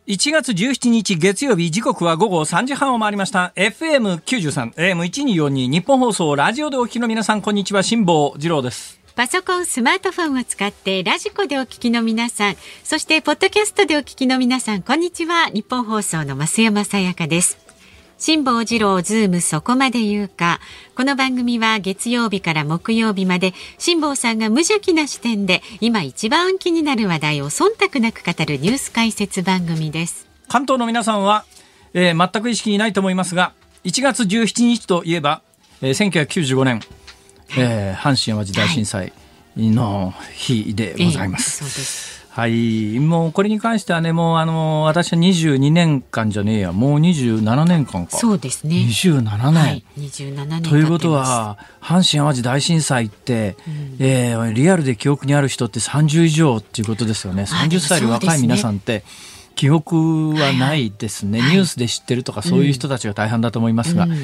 1月17日月曜日、時刻は午後3時半を回りました。 FM93 AM1242 日本放送ラジオでお聞きの皆さん、こんにちは。辛坊治郎です。 パソコン、スマートフォンを使ってラジコでお聞きの皆さん、そしてポッドキャストでお聞きの皆さん、こんにちは。日本放送の増山さやかです。辛坊治郎ズームそこまで言うか。この番組は月曜日から木曜日まで辛坊さんが無邪気な視点で今一番気になる話題を忖度なく語るニュース解説番組です。 関東の皆さんは、全く意識にないと思いますが、1月17日といえば、1995年、阪神・淡路大震災の日でございます。 そうです。 はい、もうこれに関してはね、もう私は22年間じゃねえや、もう27年間か。 そうですね。 27年。 はい、27年ということは、阪神・淡路大震災って、リアルで記憶にある人って30以上っていうことですよね。30歳より若い皆さんって、記憶はないですね。ニュースで知ってるとか、そういう人たちが大半だと思いますが、もう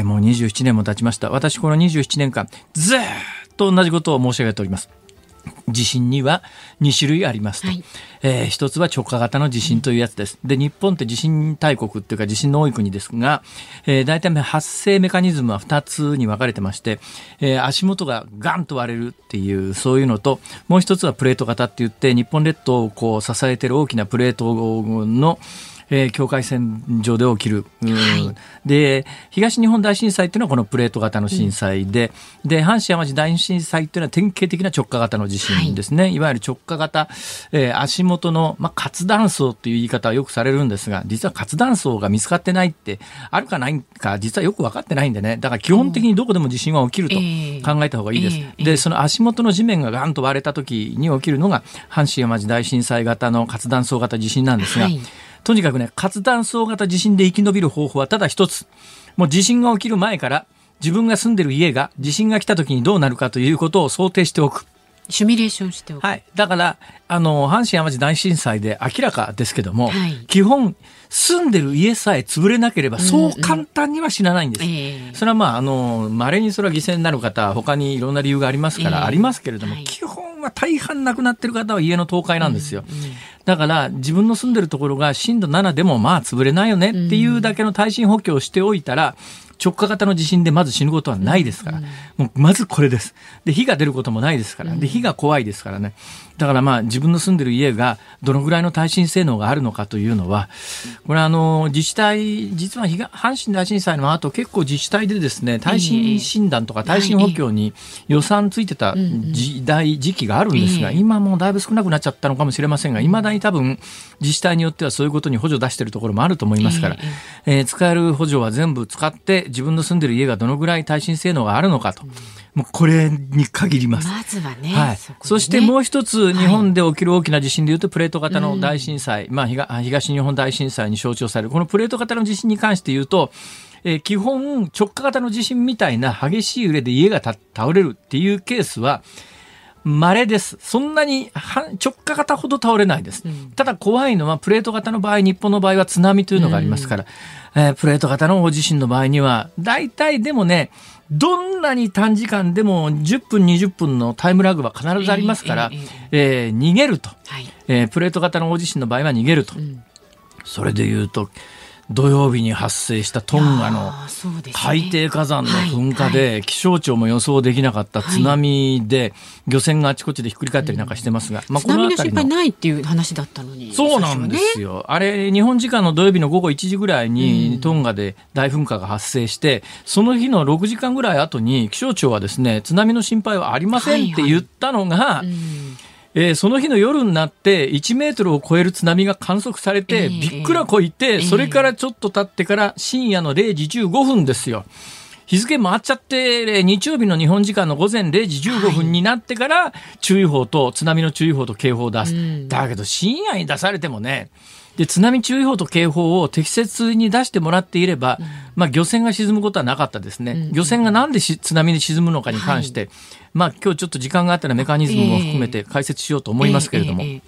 27年も経ちました。私この27年間、ずっと同じことを申し上げております。地震には2種類ありますと、一つは直下型の地震というやつです。で、日本って地震大国っていうか地震の多い国ですが、大体発生メカニズムは2つに分かれてまして、足元がガンと割れるっていうそういうのと、もう一つはプレート型って言って、日本列島をこう支えている大きなプレートの境界線上で起きる、で、東日本大震災っていうのはこのプレート型の震災で、で、阪神・淡路大震災っていうのは典型的な直下型の地震ですね。いわゆる直下型、足元の、活断層っていう言い方はよくされるんですが、実は活断層が見つかってないってあるかないか、実はよく分かってないんでね。だから基本的にどこでも地震は起きると考えた方がいいです。で、その足元の地面がガンと割れた時に起きるのが阪神・淡路大震災型の活断層型地震なんですが、とにかくね、活断層型地震で生き延びる方法はただ一つ。もう地震が起きる前から自分が住んでる家が地震が来た時にどうなるかということを想定しておく。 シミュレーションしておく。 はい。だから、阪神・淡路大震災で明らかですけども、基本、住んでる家さえ潰れなければ、そう簡単には死なないんです。それは稀にそれは犠牲になる方、他にいろんな理由がありますから、ありますけれども、基本は大半亡くなってる方は家の倒壊なんですよ。だから、自分の住んでるところが震度7でも潰れないよねっていうだけの耐震補強をしておいたら、直下型の地震でまず死ぬことはないですから、もうまずこれです。で、火が出ることもないですから、で、火が怖いですからね。だから自分の住んでる家がどのぐらいの耐震性能があるのかというのは、これは自治体、実は阪神大震災の後結構自治体でですね、耐震診断とか耐震補強に予算ついてた時期があるんですが、今もうだいぶ少なくなっちゃったのかもしれませんが、未だに多分自治体によってはそういうことに補助出しているところもあると思いますから、使える補助は全部使って自分の住んでる家がどのぐらい耐震性能があるのかと、もうこれに限ります。 まずはね。 そしてもう一つ、日本で起きる大きな地震でいうとプレート型の大震災、東日本大震災に象徴されるこのプレート型の地震に関して言うと、基本直下型の地震みたいな激しい揺れで家が倒れるっていうケースは稀です。そんなに直下型ほど倒れないです。ただ怖いのはプレート型の場合、日本の場合は津波というのがありますから、プレート型の大地震の場合には大体でもね、どんなに短時間でも10分20分のタイムラグは必ずありますから、逃げると、プレート型の大地震の場合は逃げると、それでいうと土曜日に発生したトンガの海底火山の噴火で気象庁も予想できなかった津波で漁船があちこちでひっくり返ったりなんかしてますが、 津波の心配ないっていう話だったのに。 そうなんですよ。あれ日本時間の土曜日の午後1時ぐらいにトンガで大噴火が発生して、その日の6時間ぐらい後に気象庁はですね、津波の心配はありませんって言ったのが、その日の夜になって1メートルを超える津波が観測されて、びっくらこいて、それからちょっと経ってから深夜の0時15分ですよ。日付回っちゃって、日曜日の日本時間の午前0時15分になってから注意報と津波の注意報と警報を出す。だけど深夜に出されてもね、で津波注意報と警報を適切に出してもらっていれば、漁船が沈むことはなかったですね。漁船がなんで津波に沈むのかに関して、今日ちょっと時間があったらメカニズムも含めて解説しようと思いますけれども、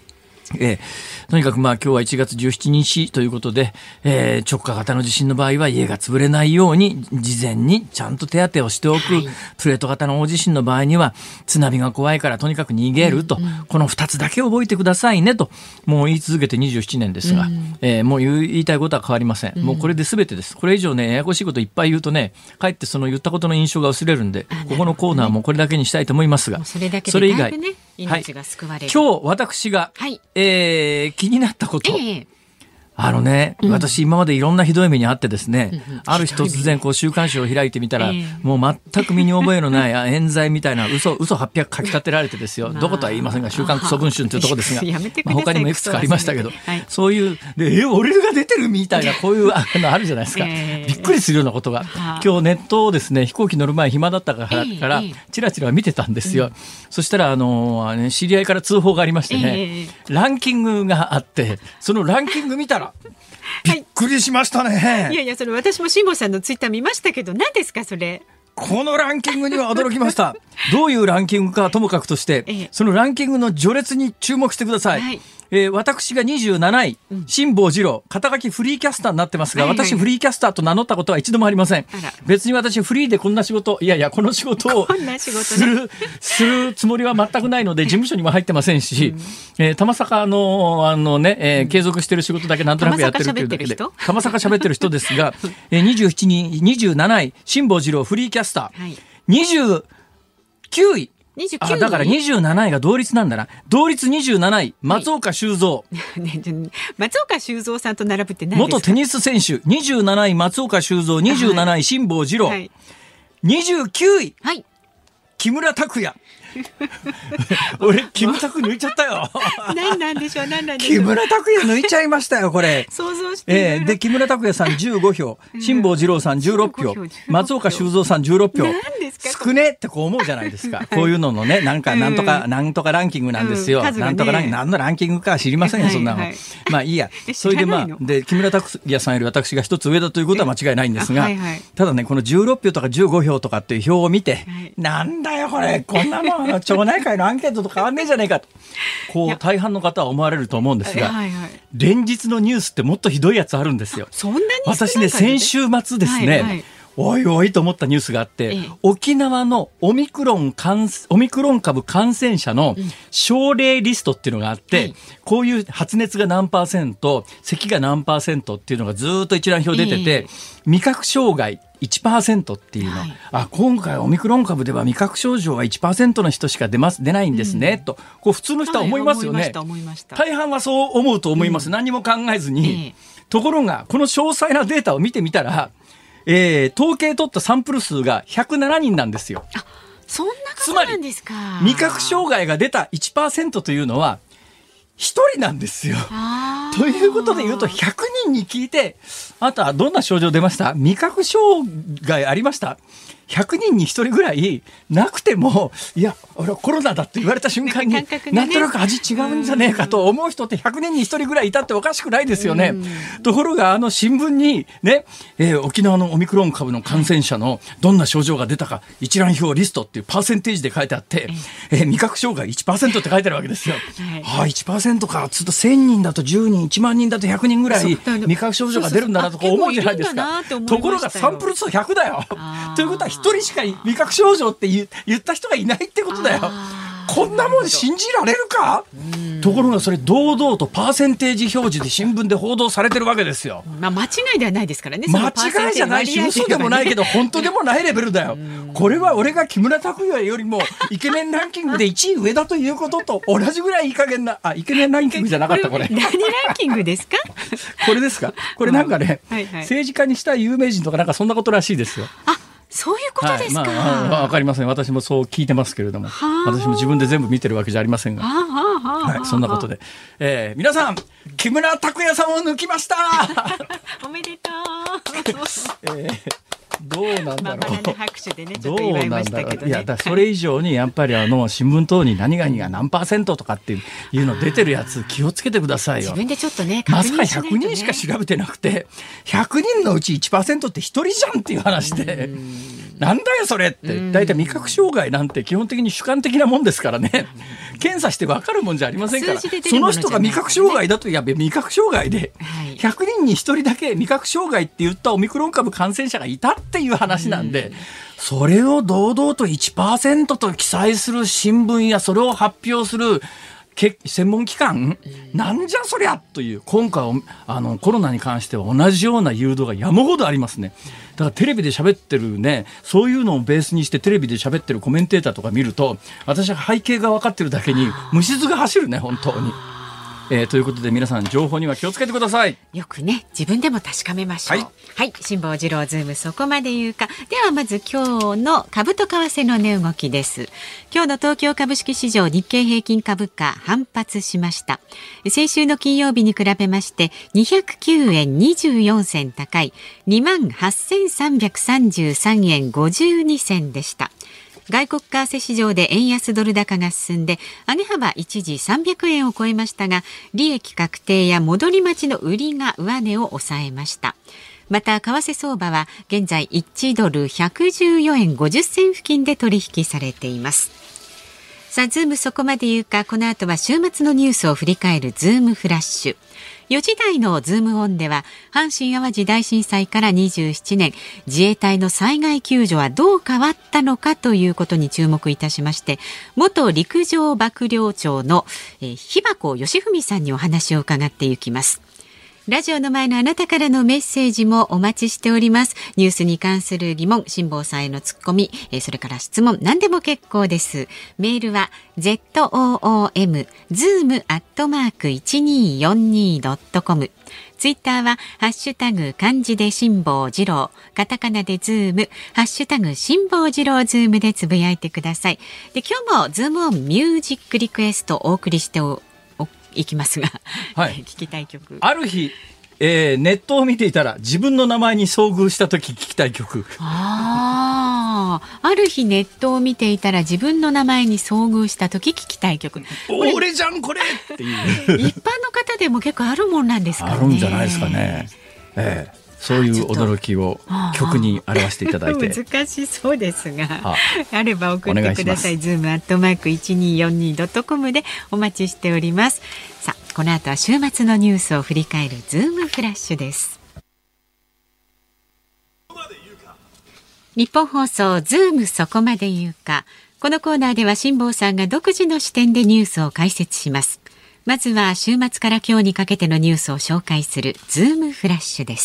とにかく今日は1月17日ということで、直下型の地震の場合は家が潰れないように事前にちゃんと手当てをしておく、プレート型の大地震の場合には津波が怖いからとにかく逃げると、この2つだけ覚えてくださいねともう言い続けて27年ですが、もう言いたいことは変わりません。もうこれで全てです。これ以上ねややこしいこといっぱい言うとねかえってその言ったことの印象が薄れるんで、ここのコーナーもこれだけにしたいと思いますが、 それだけでだいぶね命が救われる。 今日私が、気になったこと、私今までいろんなひどい目にあってですね、ある日突然週刊誌を開いてみたら、もう全く身に覚えのない冤罪みたいな嘘800書き立てられてですよ、どことは言いませんが週刊クソ文春というところですが、他にもいくつかありましたけど、そういうで俺が出てるみたいなこういうのあるじゃないですか、びっくりするようなことが今日ネットをですね飛行機乗る前暇だったからチラチラ見てたんですよ。そしたら知り合いから通報がありましてね、ランキングがあって、そのランキング見たらびっくりしましたね。 いやそれ私も辛坊さんのツイッター見ましたけど、何ですかそれ。 このランキングには驚きましたどういうランキングかともかくとして、そのランキングの序列に注目してください。私が27位、辛坊治郎、肩書きフリーキャスターになってますが、私フリーキャスターと名乗ったことは一度もありません。別に私フリーでこんな仕事、この仕事をするつもりは全くないので事務所にも入ってませんし、玉坂継続してる仕事だけなんとなくやってるっていうだけで玉坂喋ってる人ですが、27位辛坊治郎フリーキャスター、29位だから27位が同率なんだな。同率27位松岡修造、 松岡修造さんと並ぶって何ですか。 元テニス選手。27位松岡修造、27位辛坊治郎、29位、木村拓哉俺キムタク抜いちゃったよ何なんでしょう。 木村拓哉抜いちゃいましたよこれ。 想像してで木村拓哉さん15票、辛坊治郎さん16票、松岡修造さん16票。少ねって思うじゃないですか、こういうののねなんとかランキングなんですよ、なんとか何のランキングか知りませんよ、そんなの。まあいいや。それでで木村拓哉さんより私が一つ上だということは間違いないんですが、ただねこの16票とか15票とかっていう票を見て、なんだよこれ、こんなもん町内会のアンケートと変わんねえじゃねえかと大半の方は思われると思うんですが、連日のニュースってもっとひどいやつあるんですよ。 そんなに私ね先週末ですね、おいおいと思ったニュースがあって、沖縄のオミクロン株感染者の症例リストっていうのがあって、こういう発熱が何%、咳が何%っていうのがずっと一覧表出てて、味覚障害1% っていうの、今回オミクロン株では味覚症状は 1% の人しか出ないんですね、と普通の人は思いますよね。大半はそう思うと思います、何も考えずに。ところがこの詳細なデータを見てみたら、統計取ったサンプル数が107人なんですよ。 そんなことなんですか。 つまり味覚障害が出た 1% というのは1人なんですよ。ということで言うと100人に聞いて、あとはどんな症状出ました？味覚障害ありました？ 100 人に1人ぐらいなくても、いや俺はコロナだって言われた瞬間になんとなく味違うんじゃねえかと思う人って100人に1人ぐらいいたっておかしくないですよね。ところが新聞にね、沖縄のオミクロン株の感染者のどんな症状が出たか一覧表リストっていうパーセンテージで書いてあって、味覚障害 1% って書いてあるわけですよ。1% かつっと1000人だと10人、1万人だと100人ぐらい味覚症状が出るんだなとか思うじゃないですか。ところがサンプル数100だよということは1人しか味覚症状って言った人がいないってことだよ。こんなもん信じられるか。ところがそれ堂々とパーセンテージ表示で新聞で報道されてるわけですよ。 間違いではないですからね。 間違いじゃないし嘘でもないけど本当でもないレベルだよ。これは俺が木村拓哉よりもイケメンランキングで1位上だということと同じぐらいいい加減なイケメンランキングじゃなかった。これ何ランキングですかこれですか。これなんかね、政治家にしたい有名人とかなんかそんなことらしいですよ。 そういうことですか。 わかりません。私もそう聞いてますけれども、私も自分で全部見てるわけじゃありませんが、そんなことで、皆さん木村拓哉さんを抜きましたおめでとうどうなんだろう、 拍手でねちょっと祝いましたけどね。 いやだそれ以上にやっぱり新聞等に何々が何%とかっていうの出てるやつ気をつけてくださいよ。 自分でちょっとねまさか100人しか調べてなくて100人のうち 1% って1人じゃんっていう話で、 なんだよそれってだいたい味覚障害なんて基本的に主観的なもんですからね検査して分かるもんじゃありませんから、その人が味覚障害だといや味覚障害で100人に1人だけ味覚障害って言ったオミクロン株感染者がいたっていう話なんで、それを堂々と 1% と記載する新聞やそれを発表する専門機関、なんじゃそりゃという、今回コロナに関しては同じような誘導が山ほどありますね。だからテレビで喋ってるね、そういうのをベースにしてテレビで喋ってるコメンテーターとか見ると、私は背景が分かってるだけに虫唾が走るね本当に。ということで皆さん情報には気をつけてください。 よくね自分でも確かめましょう。はい、辛坊治郎ズームそこまで言うか。ではまず今日の株と為替の値動きです。今日の東京株式市場日経平均株価反発しました。先週の金曜日に比べまして209円24銭高い 28,333 円52銭でした。外国為替市場で円安ドル高が進んで上げ幅一時300円を超えましたが、利益確定や戻り待ちの売りが上値を抑えました。また為替相場は現在1ドル114円50銭付近で取引されています。さあズームそこまで言うか。この後は週末のニュースを振り返るズームフラッシュ。4時台のズームオンでは阪神淡路大震災から27年自衛隊の災害救助はどう変わったのかということに注目いたしまして、元陸上幕僚長の日箱義文さんにお話を伺っていきます。ラジオの前のあなたからのメッセージもお待ちしております。ニュースに関する疑問、辛坊さんへのツッコミ、それから質問、何でも結構です。メールは zoom@1242.com、ツイッターはハッシュタグ漢字で辛坊治郎、カタカナでズーム、ハッシュタグ辛坊治郎ズームでつぶやいてください。で、今日もズームオンミュージックリクエストをお送りしていきますが、はい、聞きたい曲。 ある日、ネットを見ていたら自分の名前に遭遇した時聞きたい曲。 ある日ネットを見ていたら自分の名前に遭遇した時聞きたい曲。 俺じゃんこれっていう一般の方でも結構あるもんなんですかね。 あるんじゃないですかね。そういう驚きを曲に表していただいて難しそうですが、あれば送ってください。zoom@1242.com でお待ちしております。さあこの後は週末のニュースを振り返るズームフラッシュです。日本放送ズームそこまで言うか。このコーナーでは辛坊さんが独自の視点でニュースを解説します。まずは週末から今日にかけてのニュースを紹介するズームフラッシュです。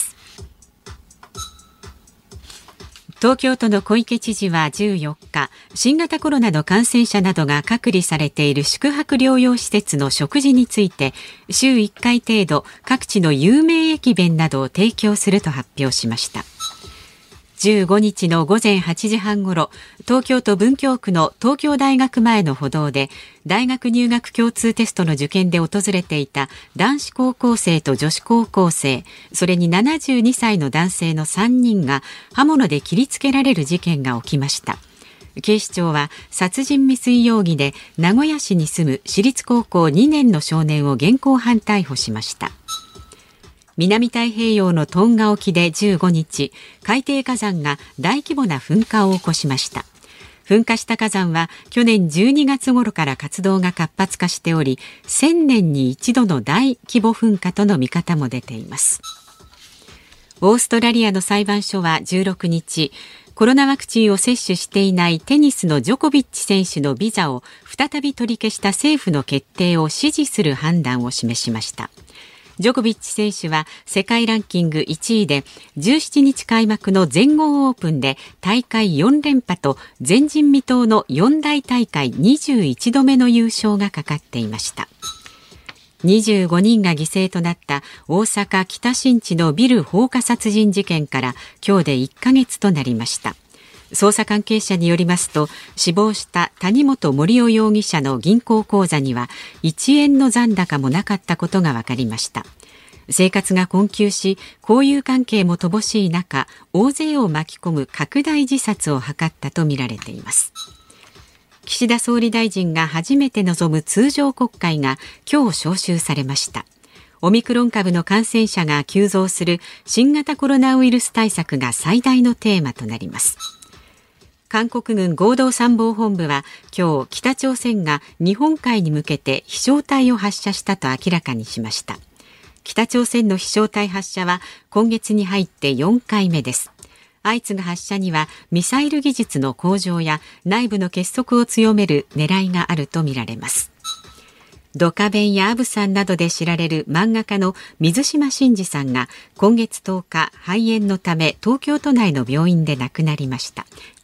東京都の小池知事は14日、新型コロナの感染者などが隔離されている宿泊療養施設の食事について、週1回程度各地の有名駅弁などを提供すると発表しました。15日の午前8時半ごろ、東京都文京区の東京大学前の歩道で、大学入学共通テストの受験で訪れていた男子高校生と女子高校生、それに72歳の男性の3人が刃物で切りつけられる事件が起きました。警視庁は殺人未遂容疑で名古屋市に住む私立高校2年の少年を現行犯逮捕しました。南太平洋のトンガ沖で15日、海底火山が大規模な噴火を起こしました。噴火した火山は去年12月頃から活動が活発化しており、1000年に一度の大規模噴火との見方も出ています。オーストラリアの裁判所は16日、コロナワクチンを接種していないテニスのジョコビッチ選手のビザを再び取り消した政府の決定を支持する判断を示しました。ジョコビッチ選手は世界ランキング1位で17日開幕の全豪オープンで大会4連覇と前人未到の四大大会21度目の優勝がかかっていました。25人が犠牲となった大阪北新地のビル放火殺人事件から今日で1ヶ月となりました。捜査関係者によりますと、死亡した谷本盛雄容疑者の銀行口座には1円の残高もなかったことが分かりました。生活が困窮し、交友関係も乏しい中、大勢を巻き込む拡大自殺を図ったとみられています。岸田総理大臣が初めて臨む通常国会が今日召集されました。オミクロン株の感染者が急増する新型コロナウイルス対策が最大のテーマとなります。 韓国軍合同参謀本部は今日、北朝鮮が日本海に向けて飛翔体を発射したと明らかにしました。北朝鮮の飛翔体発射は今月に入って4回目です。相次ぐ発射にはミサイル技術の向上や内部の結束を強める狙いがあるとみられます。ドカベンやアブさんなどで知られる漫画家の水島新司さんが今月10日、肺炎のため東京都内の病院で亡くなりました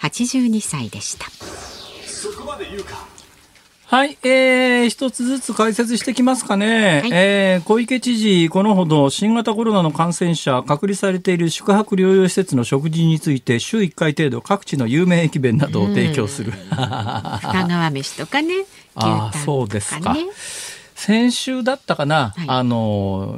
。82歳でした。そこまで言うか。 はい、一つずつ解説してきますかね。はい、小池知事、このほど新型コロナの感染者、隔離されている宿泊療養施設の食事について週1回程度各地の有名駅弁などを提供する。 深川飯とかね、牛タンとかね。そうですか。 先週だったかな、はい、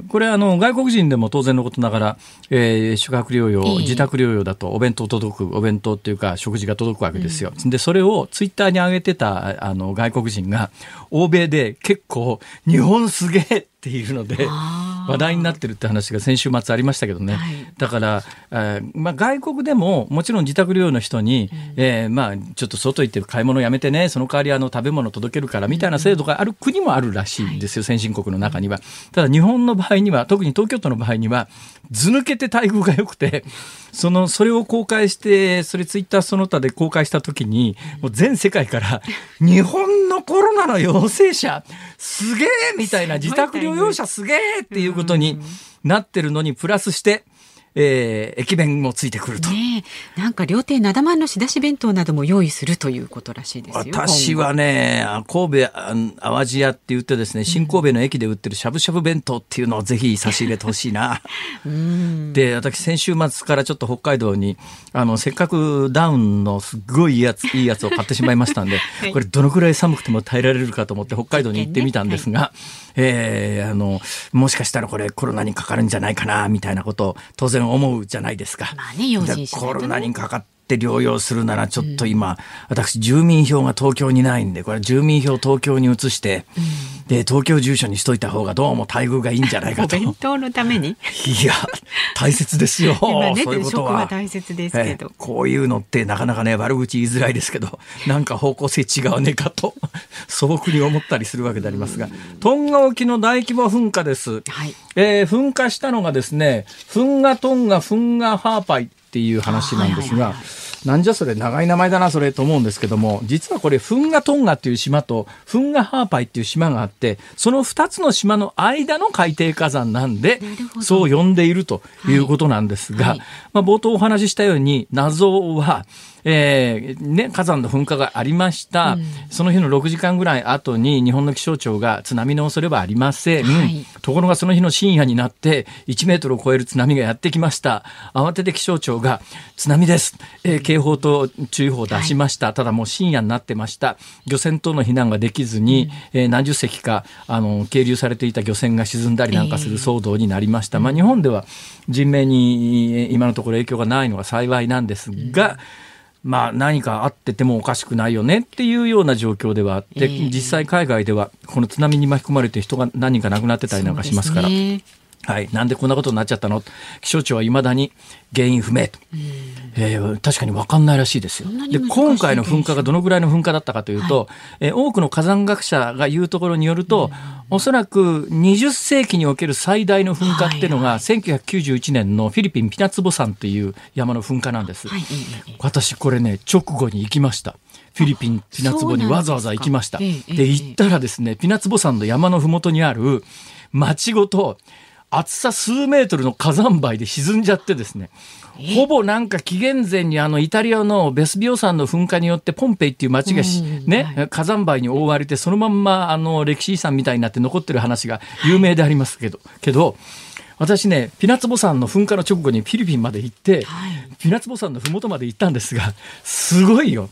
これ外国人でも当然のことながら、宿泊療養、自宅療養だとお弁当っていうか食事が届くわけですよ。でそれをツイッターに上げてた外国人が欧米で結構日本すげえっていうので話題になってるって話が先週末ありましたけどね、はい、だから、外国でももちろん自宅療養の人に、ちょっと外行って買い物やめてね、その代わり食べ物届けるからみたいな制度がある国もあるらしいんですよ、先進国の中には。ただ日本の場合には、特に東京都の場合には図抜けて待遇が良くて、それを公開して、それツイッターその他で公開した時にもう全世界から日本のコロナの陽性者すげえみたいな、自宅療養者すげえっていうことになってるのにプラスして駅弁もついてくると、 なんか料亭なだまんの仕出し弁当なども用意するということらしいですよ。 私はね、神戸淡路屋って言ってですね、新神戸の駅で売ってるしゃぶしゃぶ弁当っていうのをぜひ差し入れてほしいなで、私先週末からちょっと北海道にせっかくダウンのすっごいいいやつを買ってしまいましたんで、はい、これどのくらい寒くても耐えられるかと思って北海道に行ってみたんですが、もしかしたらこれコロナにかかるんじゃないかなみたいなことを当然思うじゃないですか。コロナにかかって療養するならちょっと今、私住民票が東京にないんで、これ住民票東京に移して、で東京住所にしといた方がどうも待遇がいいんじゃないかと。 お弁当のためにいや大切ですよ今ね、 そういうことは食は大切ですけど、 こういうのってなかなかね悪口言いづらいですけど、なんか方向性違うねかと素朴に思ったりするわけでありますが、トンガ沖の大規模噴火です、はい。噴火したのがですね、フンガトンガフンガハーパイっていう話なんですが、なんじゃそれ長い名前だなそれと思うんですけども、実はこれフンガトンガっていう島とフンガハーパイっていう島があって、その2つの島の間の海底火山なんでそう呼んでいるということなんですが、冒頭お話ししたように謎は火山の噴火がありました、その日の6時間ぐらい後に日本の気象庁が津波の恐れはありません、ところがその日の深夜になって1メートルを超える津波がやってきました。慌てて気象庁が津波です、警報と注意報を出しました、ただもう深夜になってました。漁船等の避難ができずに、何十隻か係留されていた漁船が沈んだりなんかする騒動になりました、日本では人命に今のところ影響がないのが幸いなんですが、何かあっててもおかしくないよねっていうような状況ではあって、実際海外ではこの津波に巻き込まれて人が何人か亡くなってたりなんかしますから、なんでこんなことになっちゃったの、気象庁は未だに原因不明と、確かに分かんないらしいですよ。で今回の噴火がどのぐらいの噴火だったかというと、多くの火山学者が言うところによると、おそらく20世紀における最大の噴火っていうのが1991年のフィリピンピナツボ山という山の噴火なんです、私これね直後に行きました。フィリピンピナツボにわざわざ行きました。で行ったらですね、ピナツボ山の山のふもとにある町ごと厚さ数メートルの火山灰で沈んじゃってですね、ほぼなんか紀元前にイタリアのベスビオ山の噴火によってポンペイっていう町が火山灰に覆われてそのまんま歴史遺産みたいになって残ってる話が有名でありますけど私ねピナツボ山の噴火の直後にフィリピンまで行って、ピナツボ山のふもとまで行ったんですが、すごいよ。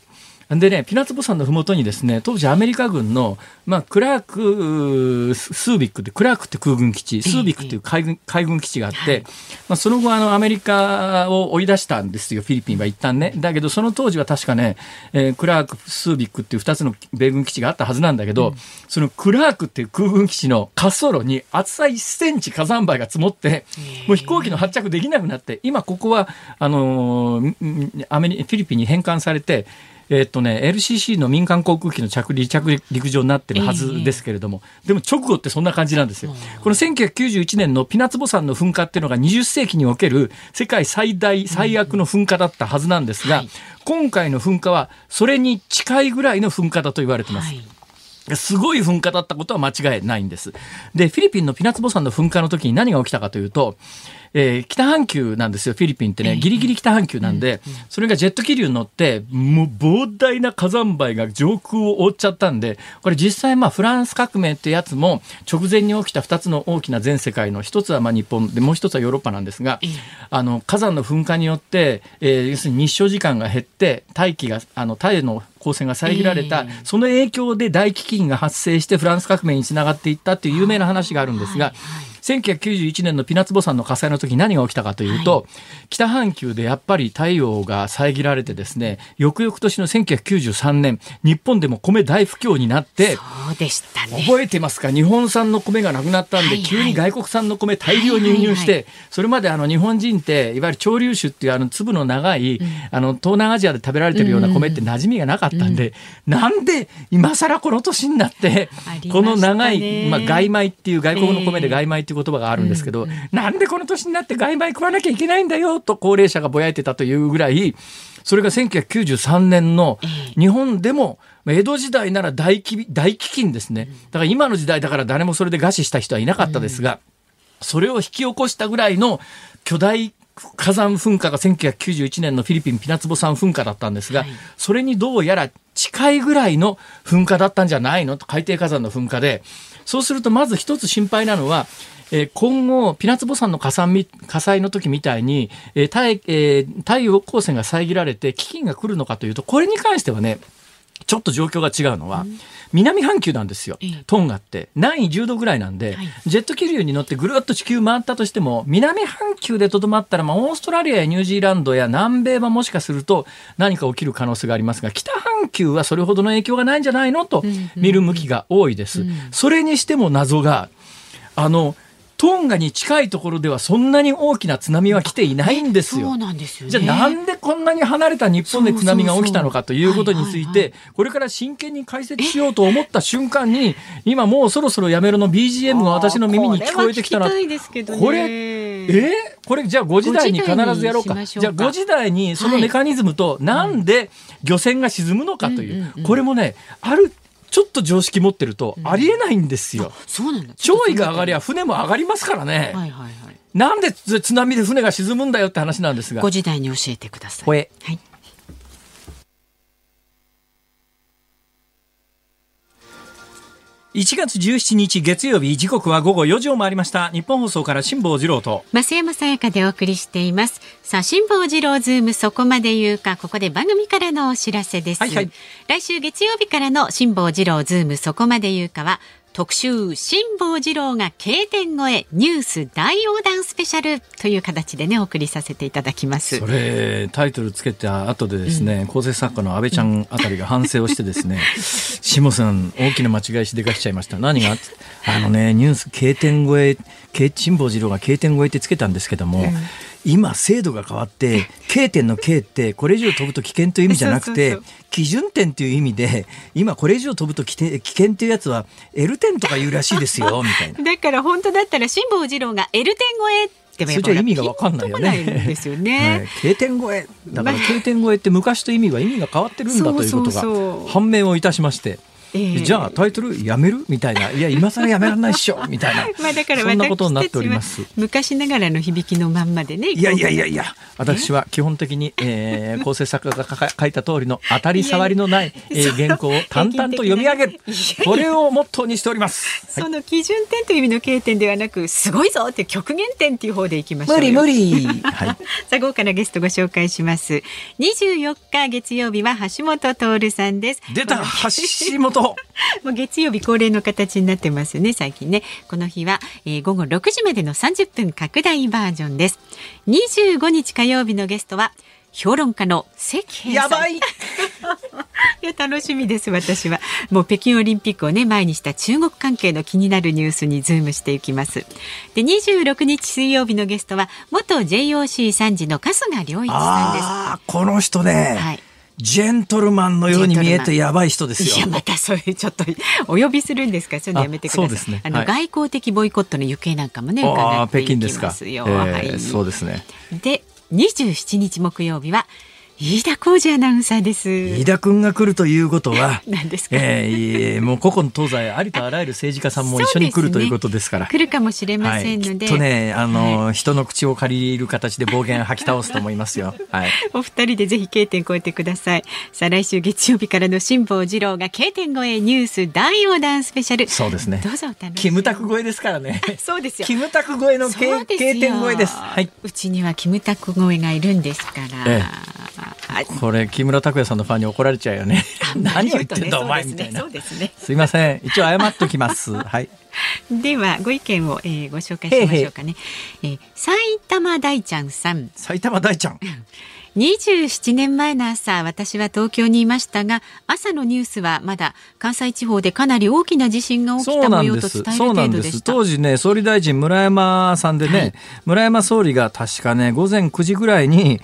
でね、ピナツボ山のふもとにですね、当時アメリカ軍の、クラークスービックって、クラークって空軍基地、スービックっていう海軍基地があって、その後アメリカを追い出したんですよ、フィリピンは一旦ね。だけどその当時は確かね、クラークスービックっていう2つの米軍基地があったはずなんだけど、そのクラークっていう空軍基地の滑走路に厚さ1センチ火山灰が積もって、もう飛行機の発着できなくなって、今ここはフィリピンに返還されて、LCC の民間航空機の着陸場になってるはずですけれども、でも直後ってそんな感じなんですよ。この1991年のピナツボ山の噴火っていうのが20世紀における世界最悪の噴火だったはずなんですが、今回の噴火はそれに近いぐらいの噴火だと言われています。すごい噴火だったことは間違いないんです。で、フィリピンのピナツボ山の噴火の時に何が起きたかというと、北半球なんですよ、フィリピンってね。ギリギリ北半球なんで、それがジェット気流に乗って、もう膨大な火山灰が上空を覆っちゃったんで、これ実際フランス革命ってやつも直前に起きた2つの大きな全世界の、一つは日本で、もう一つはヨーロッパなんですが、火山の噴火によって、要するに日照時間が減って、大気が、太陽の光線が遮られた、その影響で大飢饉が発生してフランス革命につながっていったっていう有名な話があるんですが、1991年のピナツボ山の火災の時何が起きたかというと、北半球でやっぱり太陽が遮られてですね、翌々年の1993年、日本でも米大不況になって、 そうでしたね。 覚えてますか？日本産の米がなくなったんで、急に外国産の米大量入入して、それまで日本人っていわゆる潮流種っていう粒の長い、東南アジアで食べられてるような米って馴染みがなかったんで、なんで今更この年になって、この長い、外米っていう外国の米で外米っていう言葉があるんですけど、なんでこの年になって外米食わなきゃいけないんだよと高齢者がぼやいてたというぐらい、それが1993年の日本でも江戸時代なら大飢饉ですね。だから今の時代だから誰もそれで餓死した人はいなかったですが、それを引き起こしたぐらいの巨大火山噴火が1991年のフィリピンピナツボ山噴火だったんですが、それにどうやら近いぐらいの噴火だったんじゃないのと、海底火山の噴火で。そうするとまず一つ心配なのは、今後ピナツボ山の火災の時みたいに、太陽光線が遮られて飢饉が来るのかというと、これに関してはね、ちょっと状況が違うのは、南半球なんですよ。トンガって南緯10度ぐらいなんで、ジェット気流に乗ってぐるっと地球回ったとしても、南半球でとどまったら、オーストラリアやニュージーランドや南米はもしかすると何か起きる可能性がありますが、北半球はそれほどの影響がないんじゃないのと見る向きが多いです。それにしても謎が、トンガに近いところではそんなに大きな津波は来ていないんですよ。 そうなんですよね。 じゃあなんでこんなに離れた日本で津波が起きたのかということについて、これから真剣に解説しようと思った瞬間に、今もうそろそろやめろの BGM が私の耳に聞こえてきたな。これじゃあ5時台に必ずやろうか。じゃあ5時台にそのメカニズムと、なんで漁船が沈むのかという、これもね、ちょっと常識持ってるとありえないんですよ。 そうなんだ。 潮位が上がりゃ船も上がりますからね。なんで津波で船が沈むんだよって話なんですが。 5時台に教えてください。はい。 1月17日月曜日、時刻は午後4時を回りました。日本放送から辛坊治郎と増山さやかでお送りしています。さあ、辛坊治郎ズームそこまで言うか、ここで番組からのお知らせです。来週月曜日からの辛坊治郎ズームそこまで言うかは、特集辛坊治郎が K 点越えニュース大横断スペシャルという形でね、お送りさせていただきます。 それタイトルつけた後でですね、構成作家の安倍ちゃんあたりが反省をしてですね下さん大きな間違いしでかしちゃいました。何がニュース K 点越え辛坊治郎が K 点越えってつけたんですけども、今制度が変わって K 点の K ってこれ以上飛ぶと危険という意味じゃなくて基準点という意味で、今これ以上飛ぶと危険というやつは L 点とか言うらしいですよみたいな。 だから本当だったら辛坊治郎が L 点超えそれじゃ意味が分かんないよね。 ですよね。 K 点超えだから K 点超えって昔と意味が変わってるんだということが判明をいたしまして、 じゃあタイトルやめるみたいな、いや今更やめられないっしょみたいなまあだからそんなことになっております。 昔ながらの響きのまんまでね。 いや私は基本的に、構成作家が書いた通りの当たり障りのない、原稿を淡々と読み上げる、これをモットーにしております。 その基準点という意味の経点ではなく、すごいぞって極限点っていう方でいきましょうよ。 無理、はい、 さあ豪華なゲストご紹介します。24日月曜日は橋本徹さんです。 出た橋本もう月曜日恒例の形になってますね最近ね。この日は、午後6時までの30分拡大バージョンです。25日火曜日のゲストは評論家の関平さん。 やばいいや楽しみです。私はもう北京オリンピックをね前にした中国関係の気になるニュースにズームしていきます。で26日水曜日のゲストは元 JOC 参事の春日良一さんです。 この人ね、はい、ジェントルマンのように見えてやばい人ですよ。 いやまたそういうちょっとお呼びするんですか。そういうのやめてください。そうですね、はい、外交的ボイコットの行方なんかもね伺っていきますよ。 はい、そうですね。 で27日木曜日は飯田浩二アナウンサーです。 飯田君が来るということは何ですか。 もう古今東西ありとあらゆる政治家さんも一緒に来るということですから、 来るかもしれませんので、 きっとね人の口を借りる形で暴言吐き倒すと思いますよ。はい、 お二人でぜひ K 点超えてください。さあ来週月曜日からの辛坊治郎が K 点超えニュース大横断スペシャル。 そうですね。 どうぞお楽しみに。 キムタク超えですからね。 そうですよ。 キムタク超えの K 点超えです。はい。 うちにはキムタク超えがいるんですから。 これ木村拓哉さんのファンに怒られちゃうよね。何を言ってんだお前みたいな。 そうですね。 すいません。一応謝っときます。はい。 ではご意見を、ご紹介しましょうかね。埼玉大ちゃんさん。 埼玉大ちゃん。 27年前の朝、私は東京にいましたが、朝のニュースはまだ関西地方でかなり大きな地震が起きた模様と伝える程度でした。 当時ね、総理大臣村山さんでね、はい、村山総理が確かね、午前9時ぐらいに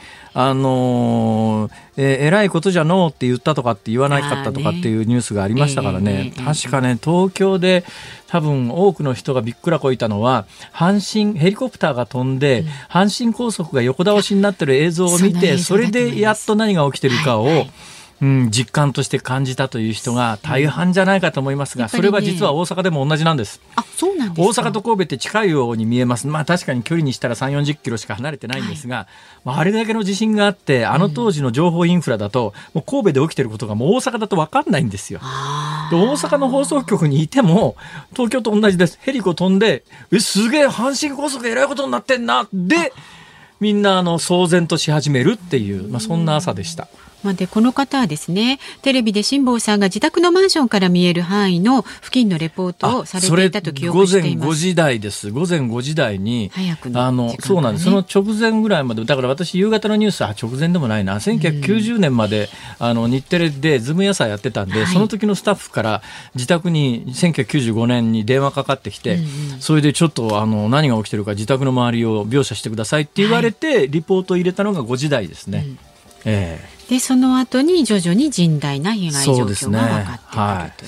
えらいことじゃのうって言ったとかって言わなかったとかっていうニュースがありましたからね、確かね東京で多分多くの人がびっくらこいたのはヘリコプターが飛んで、阪神高速が横倒しになってる映像を見て、それでやっと何が起きてるかを、実感として感じたという人が大半じゃないかと思いますが、それは実は大阪でも同じなんです。 あ、そうなんですか。 大阪と神戸って近いように見えます。まあ確かに距離にしたら3、40キロしか離れてないんですが、あれだけの地震があって、当時の情報インフラだと、もう神戸で起きてることがもう大阪だと分かんないんですよ。で大阪の放送局にいても東京と同じです。ヘリコ飛んで、すげえ阪神高速えらいことになってんなで、みんな騒然とし始めるっていう、そんな朝でした。 でこの方はですね、テレビで辛坊さんが自宅のマンションから見える範囲の付近のレポートをされていたと記憶しています。 午前5時台です。午前5時台に早くの時間、 そうなんです。その直前ぐらいまで、だから私夕方のニュースは直前でもないな、1990年まで日テレでズーム野菜やってたんで、その時のスタッフから自宅に1995年に電話かかってきて、それでちょっと何が起きてるか自宅の周りを描写してくださいって言われて、リポートを入れたのが5時台ですね。 でその後に徐々に甚大な被害状況が分かってくるという、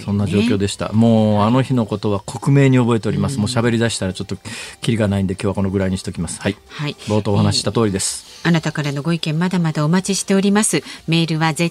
そんな状況でした。もうあの日のことは克明に覚えております。もう喋り出したらちょっとキリがないんで、今日はこのぐらいにしておきます。はい、冒頭お話した通りです。 あなたからのご意見まだまだお待ちしております。メールは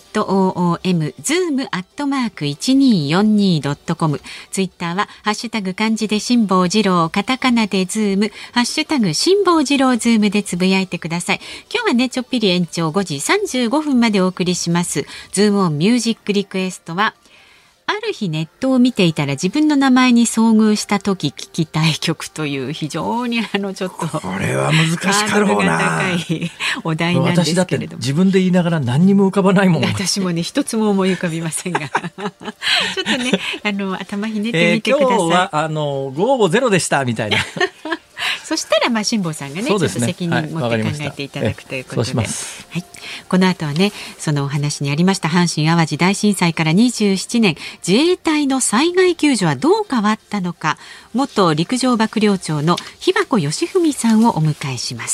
zoom@1242.com、 ツイッターはハッシュタグ漢字で辛坊治郎、カタカナでズーム、ハッシュタグ辛坊治郎ズームでつぶやいてください。今日はねちょっぴり延長5時35分までお送りします。ズームオンミュージックリクエストは、ある日ネットを見ていたら自分の名前に遭遇した時聞きたい曲という、非常にちょっとこれは難しかろうな、 高いお題なんですけれども、 私だって自分で言いながら何にも浮かばないもん。 私もね一つも思い浮かびませんがちょっとね頭ひねってみてください。 今日はご応募ゼロでしたみたいなそしたら辛坊さんがね、ちょっと責任持って考えていただくということで、この後はね、そのお話にありました阪神淡路大震災から27年、自衛隊の災害救助はどう変わったのか、元陸上幕僚長の檜箱義文さんをお迎えします。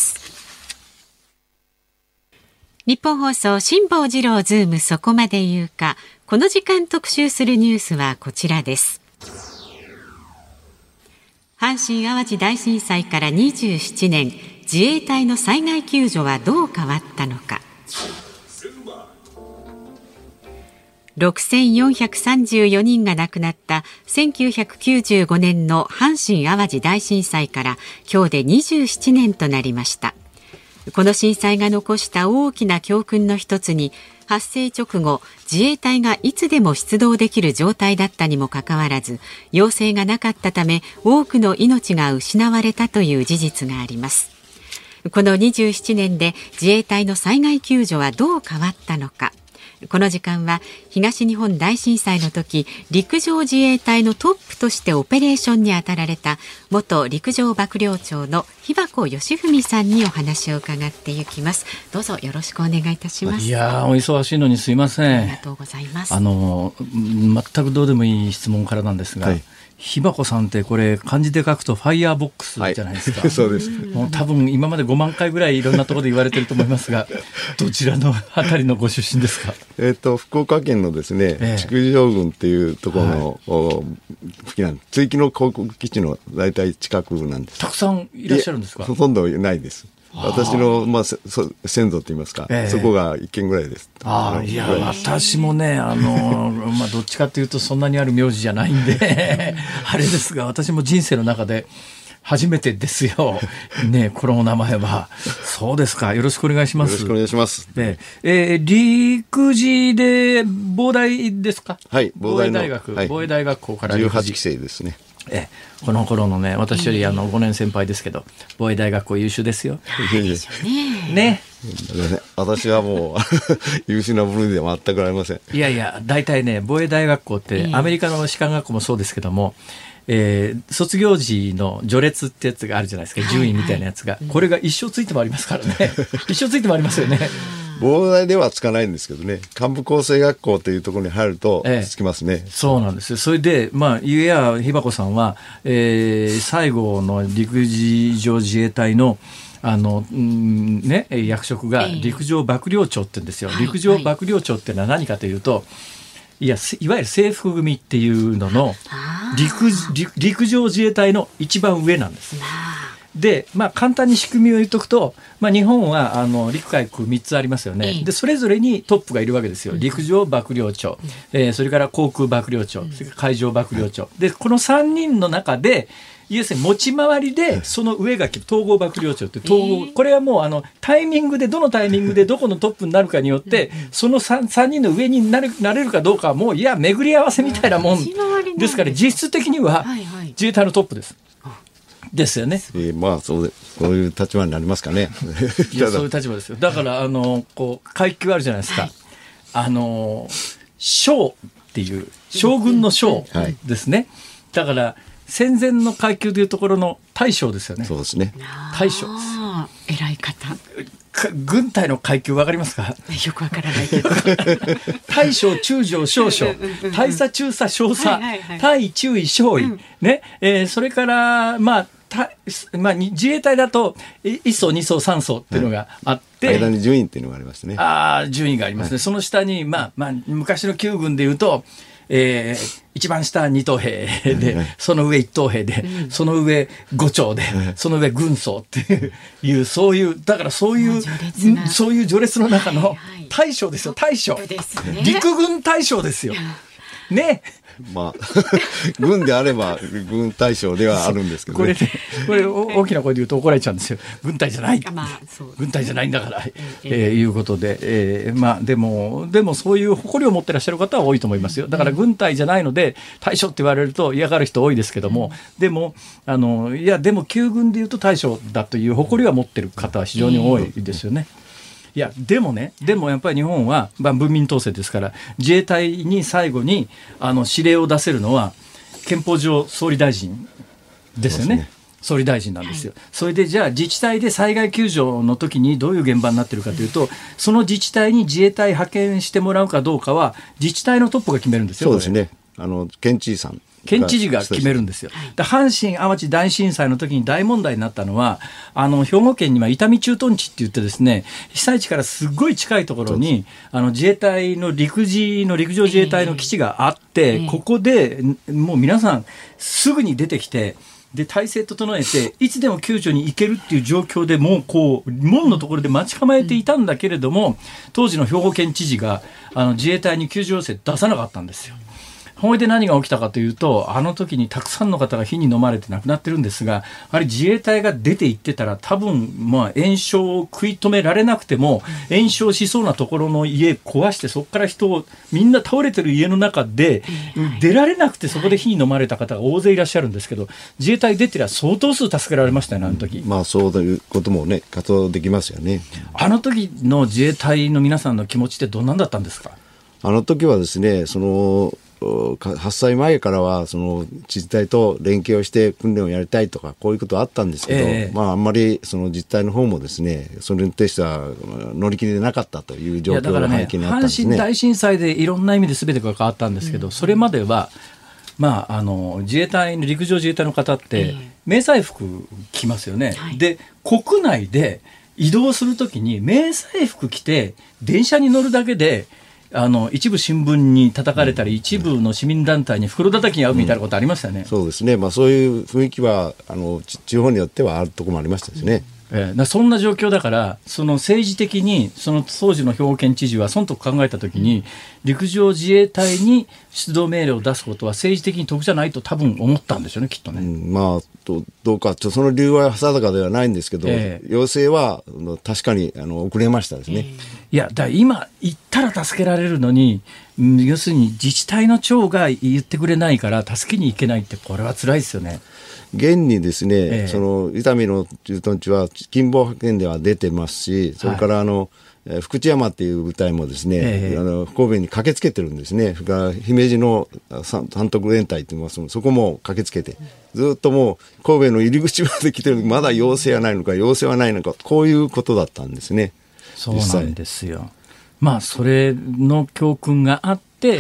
日本放送辛坊治郎ズームそこまで言うか。この時間特集するニュースはこちらです。阪神淡路大震災から27年、自衛隊の災害救助はどう変わったのか。 6434人が亡くなった1995年の阪神・淡路大震災から今日で27年となりました。この震災が残した大きな教訓の一つに、発生直後自衛隊がいつでも出動できる状態だったにもかかわらず、要請がなかったため多くの命が失われたという事実があります。この27年で自衛隊の災害救助はどう変わったのか。この時間は東日本大震災の時、陸上自衛隊のトップとしてオペレーションに当たられた元陸上幕僚長の日箱義文さんにお話を伺っていきます。どうぞよろしくお願いいたします。 いやお忙しいのにすいません。 ありがとうございます。 全くどうでもいい質問からなんですが、はい、日箱さんってこれ漢字で書くとファイヤーボックスじゃないですか、 はい、そうです。 もう多分今まで5万回ぐらいいろんなところで言われてると思いますがどちらのあたりのご出身ですか？ 福岡県のですね、築上郡っていうところの、はい、付近なんです。追記の航空基地の大体近くなんです。 たくさんいらっしゃるんですか？ ほとんどないです。私の、先祖といいますか、そこが1軒ぐらいです。 いや私もねどっちかというとそんなにある名字じゃないんであれですが、私も人生の中で初めてですよ、ね、このお名前は。そうですか、よろしくお願いします。 よろしくお願いします。 陸自で防大ですか？ はい、防大大学、はい、防衛大学校から 18期生ですね。 この頃のね、私より5年先輩ですけど、防衛大学校優秀ですよ。ね。 私はもう優秀な部類では全くありません。 いやいや、大体ね、防衛大学校ってアメリカの士官学校もそうですけども、卒業時の序列ってやつがあるじゃないですか、順位みたいなやつが、これが一生ついてもありますからね一生ついてもありますよね。 防大ではつかないんですけどね、幹部構成学校というところに入るとつきますね。 そうなんですよ。それでゆえや日箱さんは、最後の陸上自衛隊の役職が陸上幕僚長って言うんですよ。陸上幕僚長っていうのは何かというと、いわゆる制服組っていうのの陸上自衛隊の一番上なんです。で、簡単に仕組みを言っとくと、日本は陸海空3つありますよね。でそれぞれにトップがいるわけですよ。陸上幕僚長、それから航空幕僚長、それから海上幕僚長で、この3人の中で要するに持ち回りでその上が統合幕僚長って統合、これはもうタイミングでどのタイミングでどこのトップになるかによってその 3人の上になれるかどうかはもう巡り合わせみたいなもんですから、実質的には自衛隊のトップですよね。 そういう立場になりますかねいやそういう立場ですよ。だから階級あるじゃないですか、将っていう将軍の将ですね、だから戦前の階級というところの大将ですよね。 そうですね、 大将です。偉い方。 軍隊の階級分かりますか？ よく分からないけど大将、中将、少将、大佐、中佐、少佐、大中尉、少尉、それから自衛隊だと1層2層3層っていうのがあって、 間に順位っていうのがありますね。 順位がありますね。その下に昔の旧軍でいうと一番下2等兵で、その上1等兵で、その上5丁で、その上軍曹っていうそういうだからそういう序列の中の大将ですよ。大将、陸軍大将ですよね。 軍であれば軍大将ではあるんですけど、ね、 これ大きな声で言うと怒られちゃうんですよ。軍隊じゃない、軍隊じゃないんだから、いうことで、でもそういう誇りを持ってらっしゃる方は多いと思いますよ。だから軍隊じゃないので大将って言われると嫌がる人多いですけども、でも旧軍で言うと大将だという誇りは持ってる方は非常に多いですよね。いやでもやっぱり日本は、文民統制ですから、自衛隊に最後に指令を出せるのは憲法上総理大臣ですよね。総理大臣なんですよ。それでじゃあ自治体で災害救助の時にどういう現場になってるかというと、その自治体に自衛隊派遣してもらうかどうかは自治体のトップが決めるんですよ。 そうですね。県知事が決めるんですよ。で阪神・淡路大震災の時に大問題になったのは、兵庫県には伊丹駐屯地って言ってですね、被災地からすごい近いところに自衛隊の陸上自衛隊の基地があって、ここでもう皆さんすぐに出てきてで体制整えていつでも救助に行けるっていう状況でもうこう門のところで待ち構えていたんだけれども、当時の兵庫県知事が自衛隊に救助要請出さなかったんですよ。それで何が起きたかというと、あの時にたくさんの方が火に飲まれて亡くなってるんですが、あれ自衛隊が出て行ってたら多分延焼を食い止められなくても、延焼しそうなところの家壊して、そこから人をみんな倒れてる家の中で出られなくて、そこで火に飲まれた方が大勢いらっしゃるんですけど、自衛隊出てりゃ相当数助けられましたよね、あの時。 そういうこともね、活動できますよね。 あの時の自衛隊の皆さんの気持ちってどんなんだったんですか？あの時はですね、発災前からは自治体と連携をして訓練をやりたいとか、こういうことはあったんですけど、あんまり自治体の方もですね、それに対しては乗り切れなかったという状況が背景にあったんですね。 阪神大震災でいろんな意味で全てが変わったんですけど、それまでは自衛隊の陸上自衛隊の方って迷彩服着ますよね。で国内で移動するときに迷彩服着て電車に乗るだけで一部新聞に叩かれたり、一部の市民団体に袋叩きに遭うみたいなことありましたね。 そうですね、そういう雰囲気は地方によってはあるところもありましたですね。 そんな状況だから、政治的に当時の兵庫県知事は損得考えたときに、陸上自衛隊に出動命令を出すことは政治的に得じゃないと多分思ったんでしょうね、きっとね。 どうかその理由は定かではないんですけど、要請は確かに遅れましたですね。 いや、だから今行ったら助けられるのに、要するに自治体の長が言ってくれないから助けに行けないって、これは辛いですよね。 現にですね、伊丹の駐屯地は近傍派遣では出てますし、それから福知山っていう部隊もですね、神戸に駆けつけてるんですね。それから姫路の三徳連隊というのはそこも駆けつけて、ずっともう神戸の入り口まで来てるのに、まだ要請はないのか要請はないのか、こういうことだったんですね。 そうなんですよ。それの教訓があって、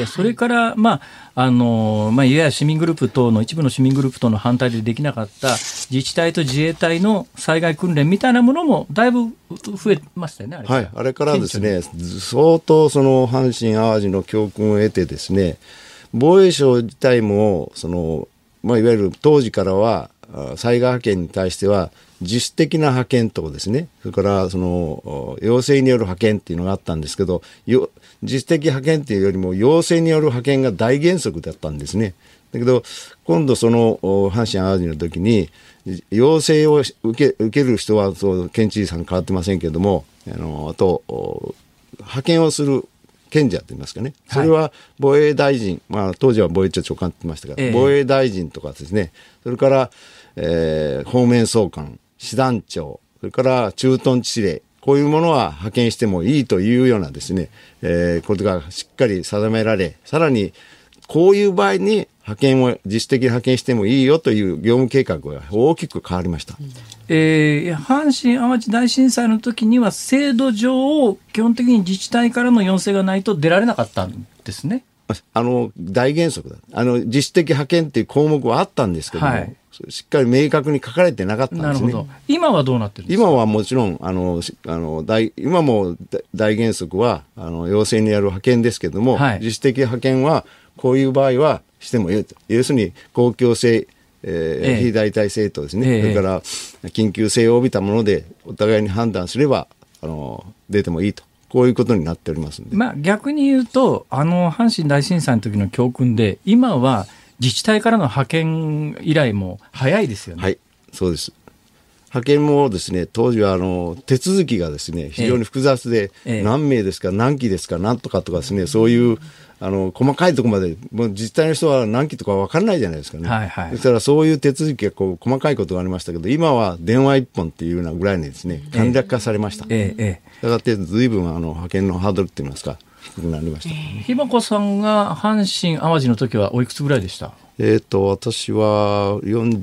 それからいわゆる市民グループ等の一部の市民グループ等の反対でできなかった自治体と自衛隊の災害訓練みたいなものもだいぶ増えましたよね。 あれからですね、相当阪神・淡路の教訓を得てですね、防衛省自体もいわゆる当時からは災害派遣に対しては自主的な派遣とですね、それから要請による派遣っていうのがあったんですけど、自主的派遣っていうよりも要請による派遣が大原則だったんですね。だけど今度阪神・淡路の時に要請を受ける人は県知事さん変わってませんけれども、あと派遣をする賢者といいますかね、それは防衛大臣、当時は防衛庁長官って言いましたが、防衛大臣とかですね、それから方面総監、師団長、それから駐屯地司令、こういうものは派遣してもいいというようなですね、ことがしっかり定められ、さらにこういう場合に派遣を自主的に派遣してもいいよという業務計画が大きく変わりました。 阪神・淡路大震災の時には制度上基本的に自治体からの要請がないと出られなかったんですね。 大原則だ。自主的派遣っていう項目はあったんですけども、しっかり明確に書かれてなかったんですね。 なるほど。今はどうなってるんですか？ 今はもちろん今も大原則は要請による派遣ですけども、自主的派遣はこういう場合はしてもいいと。要するに公共性、非代替性とですね、それから緊急性を帯びたものでお互いに判断すれば出てもいいと。こういうことになっておりますんで。 逆に言うと阪神大震災の時の教訓で、今は自治体からの派遣依頼も早いですよね。 はい、そうです。派遣もですね、当時は手続きがですね、非常に複雑で、何名ですか、何機ですか、何とかとかですね、そういう細かいところまで、もう自治体の人は何機とか分からないじゃないですかね。ですからそういう手続きが細かいことがありましたけど、今は電話一本っていうようなぐらいにですね、簡略化されました。したがって随分派遣のハードルって言いますか、低くなりました。 ひばこさんが阪神・淡路の時はおいくつぐらいでした？ 私は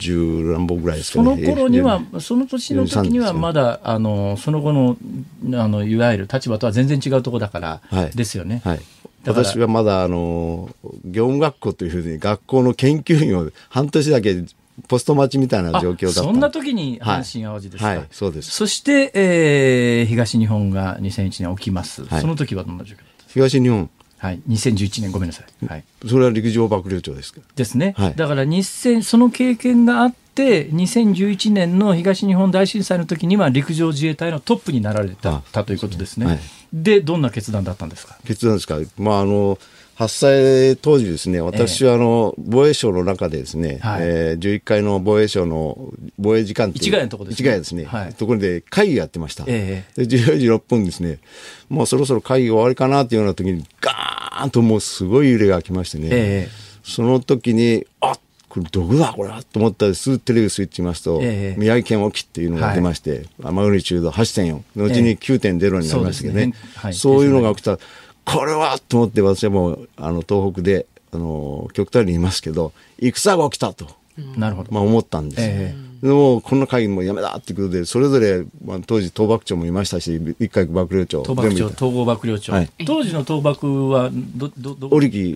40何本ぐらいですかね。 その頃には、その年の時にはまだその後のいわゆる立場とは全然違うところだからですよね。 私はまだ業務学校というふうに学校の研究員を半年だけポスト待ちみたいな状況だった。 そんな時に阪神・淡路ですか？ そうです。 そして、東日本が2001年起きます。その時はどんな状況だったんですか？ 東日本はい、2011年ごめんなさい、はい、 それは陸上幕僚長ですかですね、 はい、 だからその経験があって2011年の東日本大震災の時には陸上自衛隊のトップになられたということですね。はい、でどんな決断だったんですか？ 決断ですか、発災当時ですね、私は防衛省の中でですね、11階の防衛省の防衛時間市ヶ谷のところですね。 市ヶ谷ですね、はい、ところで会議やってました。で14時6分ですね、もうそろそろ会議終わりかなというような時にガーンともうすごい揺れが来ましてね、その時にこれどこだこれはと思ったらすぐテレビスイッチしますと、宮城県沖っていうのが出まして、マグニチュード 8.4 後に 9.0 になりましたけどね、そういうのが起きた。これはと思って私はもう東北で極端に言いますけど戦が起きたと、 なるほど、 思ったんです。でもこんな会議もやめだっていうことでそれぞれ、当時東幕長もいましたし一階幕僚長、 東幕長、統合幕僚長、はい、当時の東幕は織木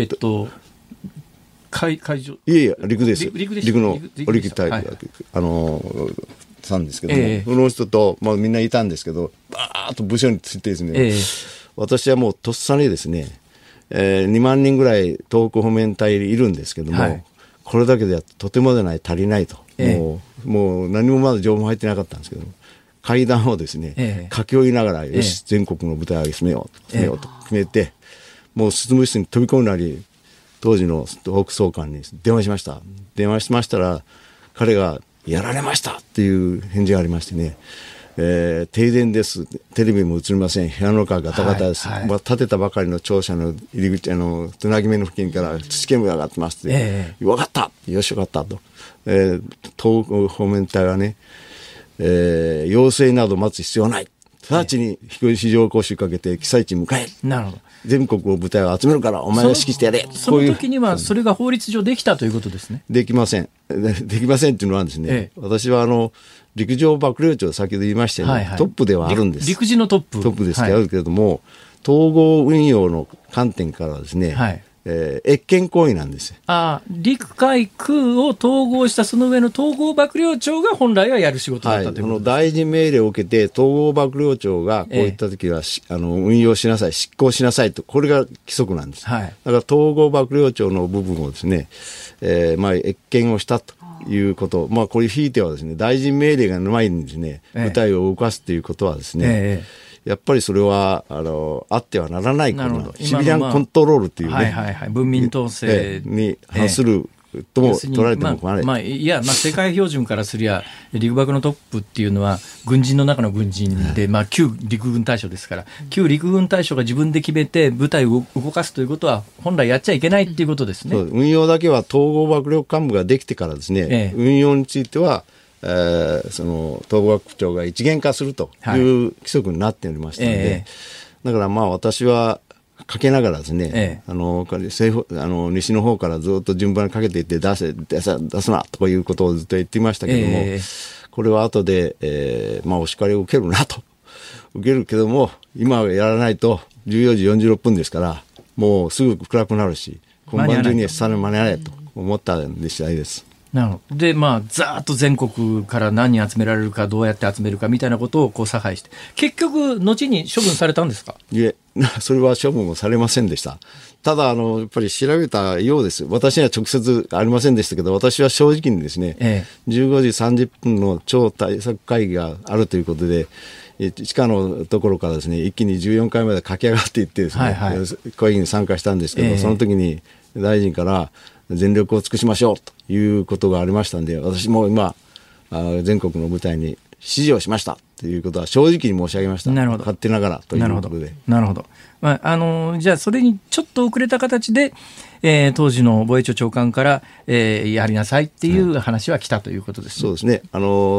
海上いや陸です。陸の織木隊、さんですけども、その人と、みんないたんですけどバーッと部署についてですね、私はもうとっさにですね、2万人ぐらい東北方面隊いるんですけども、はい、これだけではとてもでない足りないと、もう何もまだ情報入ってなかったんですけど階段をですね、駆け下りながら、よし全国の部隊を進めようと決めて、もう執務室に飛び込むなり当時の東北総監に電話しました。電話しましたら彼がやられましたっていう返事がありましてね、停電です、テレビも映りません、部屋の中ガタガタです、建てたばかりの庁舎の入り口つなぎ目の付近から土煙が上がってますって、分かった、よしよかったと、東北方面隊はね、要請など待つ必要ない、直ちに非常講習かけて被災地に向かえ、なるほど、全国の部隊を集めるからお前が指揮してやれ。 その時にはそれが法律上できたということですね。 できませんできませんっていうのはですね、私は陸上幕僚長、先ほど言いましたように、トップではあるんです。 陸自のトップですけれども、統合運用の観点からはですね、越権行為なんです。 陸海空を統合したその上の統合幕僚長が本来はやる仕事だったということです。 大臣命令を受けて統合幕僚長がこういったときは、運用しなさい、執行しなさいと、これが規則なんです。だから統合幕僚長の部分をですね、越権をしたということ、これひいてはですね、大臣命令が前にですね、部隊を動かすということはですね、やっぱりそれはあってはならないこと、シビリアンコントロールというね、 文民統制に反するとも取られても構わない。 世界標準からすりゃ陸幕のトップっていうのは軍人の中の軍人で、旧陸軍大将ですから、旧陸軍大将が自分で決めて部隊を動かすということは本来やっちゃいけないっていうことですね。 運用だけは統合幕僚幹部ができてからですね、運用についてはその統合幕長が一元化するという規則になっておりましたので、だから私はかけながらですね、西の方からずっと順番にかけていって出すなということをずっと言っていましたけれども、これは後で、お叱りを受けるなと、受けるけども今やらないと14時46分ですからもうすぐ暗くなるし、今晩中にさらに間に合わないと思った次第です。 なるほど。で、ざーっと全国から何人集められるか、どうやって集めるかみたいなことを差配して、結局、後に処分されたんですか？ いえ、それは処分もされませんでした。ただ、やっぱり調べたようです。私には直接ありませんでしたけど、私は正直にですね、15時30分の超対策会議があるということで、地下のところからですね、一気に14階まで駆け上がっていってですね、会議に参加したんですけど、その時に大臣から、全力を尽くしましょうということがありましたので、私も今全国の部隊に指示をしましたということは正直に申し上げました。なるほど。勝手ながらということで。 なるほど。じゃあそれにちょっと遅れた形で、当時の防衛庁長官から、やりなさいっていう話は来たということですね。 そうですね。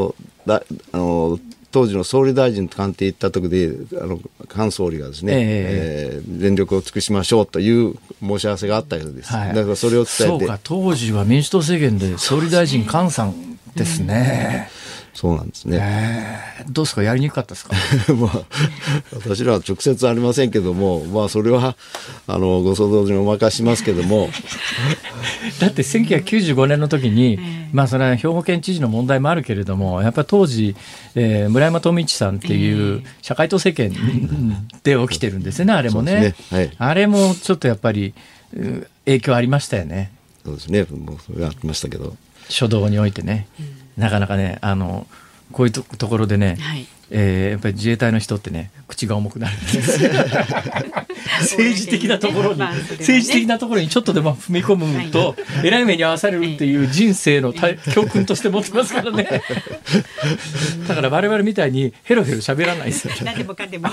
当時の総理大臣と官邸行った時で菅総理がですね、全力を尽くしましょうという申し合わせがあったようです。だからそれを伝えて。 そうか、当時は民主党政権で総理大臣菅さんですね。 そうなんですね。 どうですか、やりにくかったですか？ 私らは直接ありませんけども、それはご想像にお任せしますけども、 だって1995年の時に、まあそれは兵庫県知事の問題もあるけれども、やっぱり当時、村山富市さんっていう社会党政権で起きてるんですよね、あれもね。あれもちょっとやっぱり影響ありましたよね。 そうですね、もうそれはありましたけど、 初動においてね、なかなかね、こういうところでね、やっぱり自衛隊の人ってね、口が重くなるんです政治的なところにちょっとでも踏み込むとえらい目に遭わされるっていう人生の教訓として持ってますからねだから我々みたいにヘロヘロ喋らないですよ何でもかんでも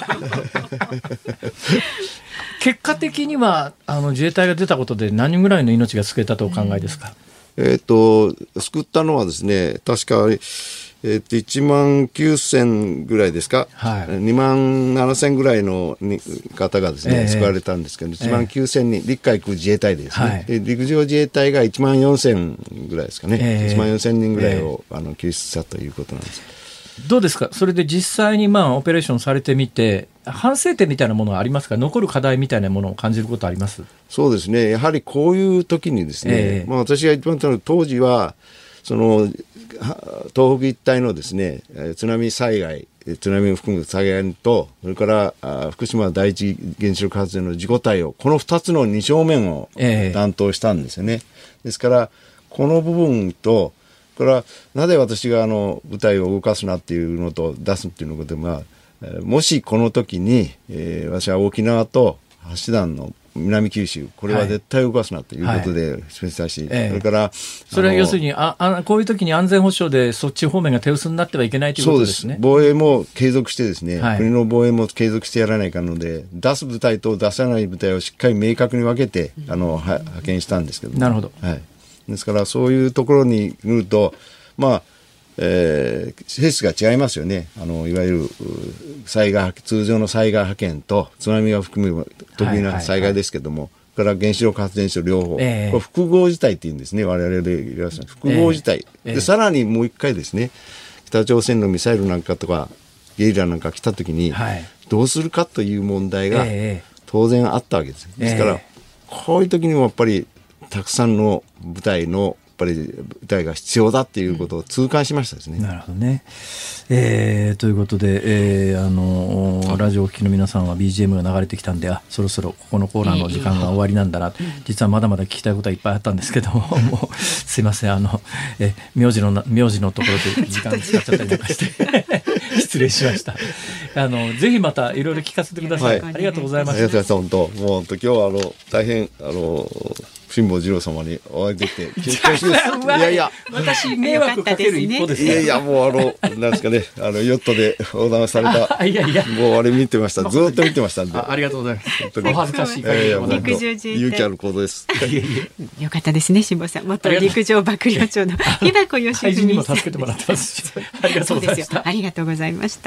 結果的には自衛隊が出たことで何人ぐらいの命が救えたとお考えですか？ 救ったのはですね、確か1万9000ぐらいですか、2万7000ぐらいの方がですね、救われたんですけど、1万9000人、陸海空自衛隊でですね、で陸上自衛隊が1万4000ぐらいですかね、1万4000人ぐらいを救出したということなんです。 どうですか、それで実際にオペレーションされてみて、反省点みたいなものはありますか？残る課題みたいなものを感じることあります？ そうですね、やはりこういう時にですね、私が一番当時はその東北一帯のですね、津波災害、津波を含む災害と、それから福島第一原子力発電の事故対応、この2つの2正面を担当したんですよね。ですからこの部分と、これはなぜ私が部隊を動かすなっていうのと出すっていうので、もしこの時に、私は沖縄と橋段の南九州、これは絶対動かすなということで示したし、それからそれは要するにこういう時に安全保障でそっち方面が手薄になってはいけないということですね。 そうです。防衛も継続してですね、国の防衛も継続してやらないかんので、出す部隊と出さない部隊をしっかり明確に分けて派遣したんですけど、 なるほど、 ですからそういうところに来ると、性質が違いますよね。いわゆる通常の災害派遣と津波が含む得意な災害ですけども、から原子力発電所両方、これ複合事態っていうんですね、我々で言います複合事態、でさらにもう一回ですね、北朝鮮のミサイルなんかとかゲリラなんか来た時にどうするかという問題が当然あったわけです。ですからこういう時にもやっぱりたくさんの部隊のやっぱり部隊が必要だっていうことを痛感しましたですね。 なるほどね。ということで、ラジオをお聞きの皆さんは BGM が流れてきたんで、そろそろここのコーナーの時間が終わりなんだな、実はまだまだ聞きたいことはいっぱいあったんですけども、もうすいません、名字のところで時間使っちゃったりなんかして失礼しました。ぜひまたいろいろ聞かせてください。ありがとうございました。 ありがとうございました。もう今日は大変辛坊治郎様にお会いできていやいや私迷惑かける一方です。 いやいや、もうなんですかね、ヨットで横断されたいやいや、 もうあれ見てました。ずっと見てましたんで。 ありがとうございます。お恥ずかしい限り陸上自衛隊勇気ある行動です。 よかったですね、辛坊さん。元陸上幕僚長の日箱義文さんにも助けてもらってますし、ありがとうございました。 ありがとうございました。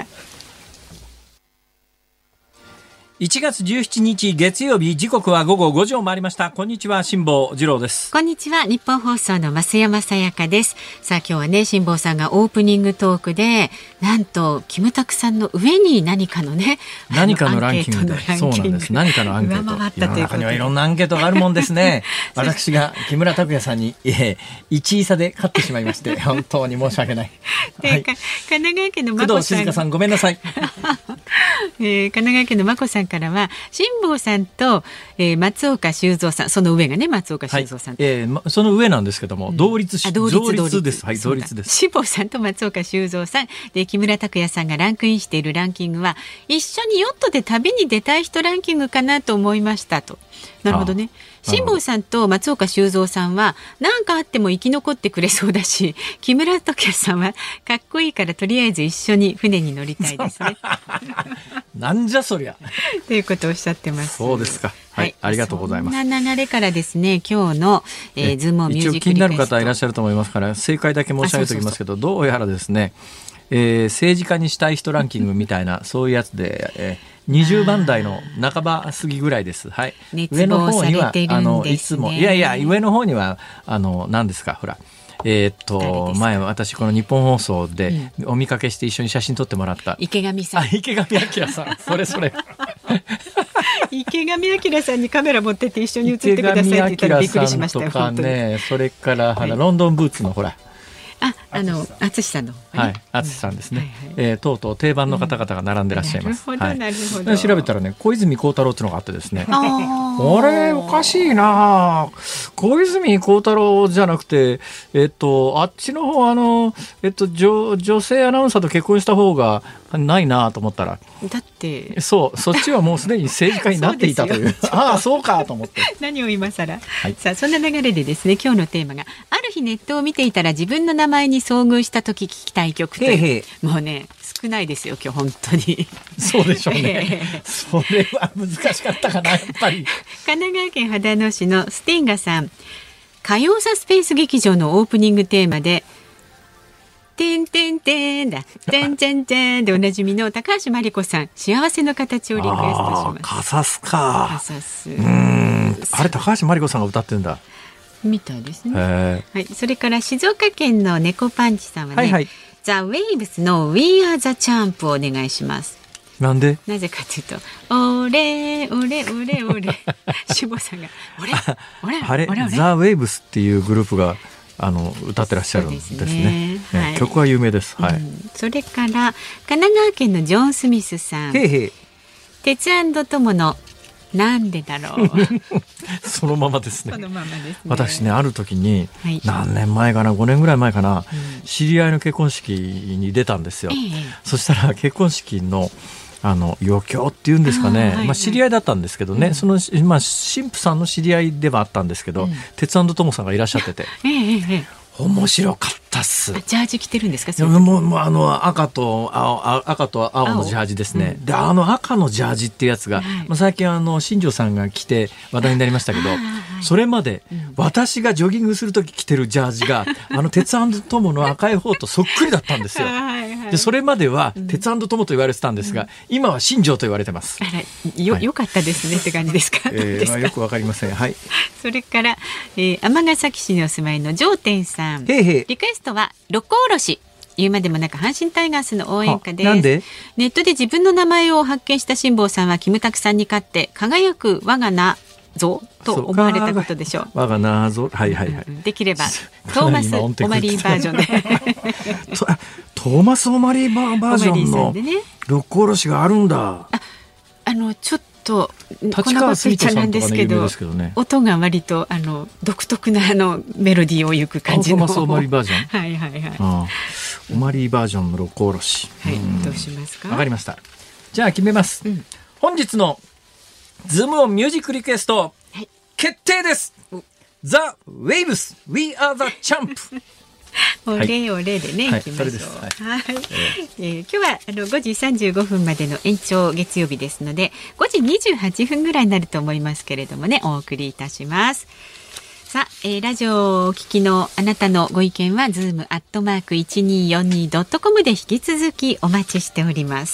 1月17日月曜日、時刻は午後5時を回りました。こんにちは、辛坊治郎です。 こんにちは、日本放送の増山さやかです。さあ今日はね、辛坊さんがオープニングトークでなんとキムタクさんの上に何かのね、 何かのランキングで、そうなんです。何かのアンケート、世の中にはいろんなアンケートがあるもんですね。私が木村拓哉さんに1位差で勝ってしまいまして本当に申し訳ない。 神奈川県の工藤静香さん、ごめんなさい。 神奈川県のまこさんからは、辛坊さんと、松岡修造さん、その上がね、松岡修造さん、 その上なんですけども、同率です。はい、同率です。 辛坊さんと松岡修造さんで、木村拓哉さんがランクインしているランキングは、一緒にヨットで旅に出たい人ランキングかなと思いましたと。なるほどね。辛坊さんと松岡修造さんは何かあっても生き残ってくれそうだし、木村拓哉さんはかっこいいからとりあえず一緒に船に乗りたいですね。 なんじゃそりゃということをおっしゃってます。 そうですか。はい、ありがとうございます。 そんな流れからですね、今日の、ズームミュージックリクエスト、 一応気になる方いらっしゃると思いますから、正解だけ申し上げておきますけど、どうやらですね、政治家にしたい人ランキングみたいなそういうやつで、20番台の半ば過ぎぐらいです。はい。 上の方にはいつも上の方には何ですか、ほら。前私この日本放送でお見かけして一緒に写真撮ってもらった池上さん、 池上彰さん、それ池上彰さんにカメラ持ってって一緒に写ってくださいって言ったらびっくりしましたよ。 池上彰さんとかね、それからロンドンブーツのほら淳さんの、 淳さんですね、とうとう定番の方々が並んでらっしゃいます。 なるほど。 調べたらね、小泉孝太郎っていうのがあってですね、あれおかしいな、小泉孝太郎じゃなくて、あっちの方女性アナウンサーと結婚した方がないなと思ったら、 だってそっちはもうすでに政治家になっていたというああそうかと思って何を今更、さあそんな流れでですね、今日のテーマがある日ネットを見ていたら自分の名前に遭遇した時聞きたい曲という。もうね少ないですよ今日本当に。 そうでしょうね、それは難しかったかなやっぱり。 神奈川県秦野市のスティンガさん、火曜サスペンス劇場のオープニングテーマでてんてんてんだてんてんてんでおなじみの高橋真理子さん、幸せの形をリクエストします。 カサスか。 カサス、 あれ高橋真理子さんが歌ってんだみたいですね。はい、それから静岡県の猫パンチさんはね、ザ・ウェイブスの We Are the Champ をお願いします。 なんで？ なぜかというと、オレオレオレオレ志保さんがあれザ・ウェイブスっていうグループが歌ってらっしゃるんですね。曲は有名です。 それから神奈川県のジョン・スミスさん、鉄&友のなんでだろうそのままですね。私ね、ある時に、何年前かな、5年ぐらい前かな、知り合いの結婚式に出たんですよ。そしたら結婚式の余興っていうんですかね、知り合いだったんですけどね、その神父さんの知り合いではあったんですけど、鉄&友さんがいらっしゃってて、面白かったっす。 ジャージ着てるんですか？ もう赤と青のジャージですね。で赤のジャージっていうやつが、最近新庄さんが着て話題になりましたけど、それまで私がジョギングするとき着てるジャージが鉄&友の赤い方とそっくりだったんですよ。でそれまでは鉄&友と言われてたんですが、今は新庄と言われてます。 よかったですねって感じですか？ よくわかりません。 それから尼崎市にお住まいの上天さん、リクエストは六甲おろし。言うまでもなく阪神タイガースの応援歌です。 なんで？ ネットで自分の名前を発見した辛坊さんはキムタクさんに勝って輝く我が名ぞと思われたことでしょう。 我が名ぞ、 できればトーマス・オマリーバージョンでトーマス・オマリーバージョンの六甲おろしがあるんだ。 ちょっとこんなこと言っちゃなんですけど、音が割と独特なメロディーを行く感じのトーマス・オマリーバージョンオマリーバージョンの六甲おろし、 どうしますか？ わかりました。じゃあ決めます。本日のズームオンミュージックリクエスト、決定です。ザ・ウェイブス We Are the Champ オレオレでね、行きましょう。今日は5時35分までの延長月曜日ですので、5時28分ぐらいになると思いますけれどもね、お送りいたします。さあ、ラジオをお聞きのあなたのご意見は zoom@1242.com で引き続きお待ちしております。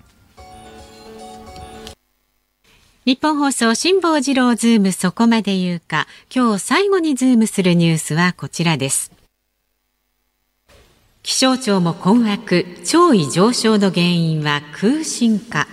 日本放送辛坊治郎ズームそこまで言うか。今日最後にズームするニュースはこちらです。気象庁も困惑、潮位上昇の原因は空振か。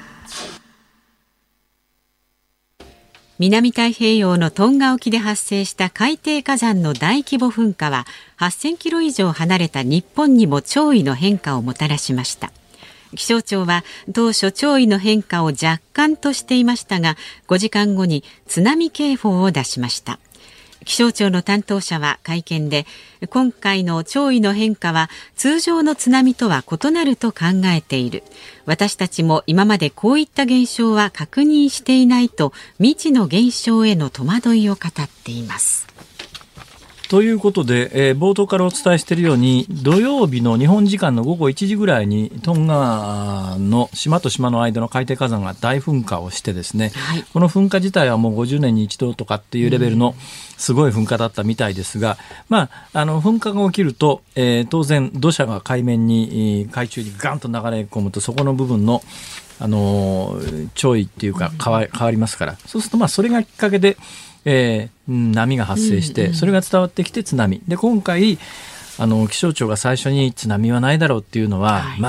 南太平洋のトンガ沖で発生した海底火山の大規模噴火は8000キロ以上離れた日本にも潮位の変化をもたらしました。気象庁は当初潮位の変化を若干としていましたが、5時間後に津波警報を出しました。気象庁の担当者は会見で、今回の潮位の変化は通常の津波とは異なると考えている。私たちも今までこういった現象は確認していないと未知の現象への戸惑いを語っています。 ということで、冒頭からお伝えしているように、土曜日の日本時間の午後1時ぐらいにトンガの島と島の間の海底火山が大噴火をしてですね、この噴火自体はもう50年に一度とかっていうレベルのすごい噴火だったみたいですが、噴火が起きると、当然土砂が海面に海中にガンと流れ込むと、そこの部分の潮位っていうか変わりますから、そうするとそれがきっかけで波が発生して、それが伝わってきて津波で、今回気象庁が最初に津波はないだろうっていうのは、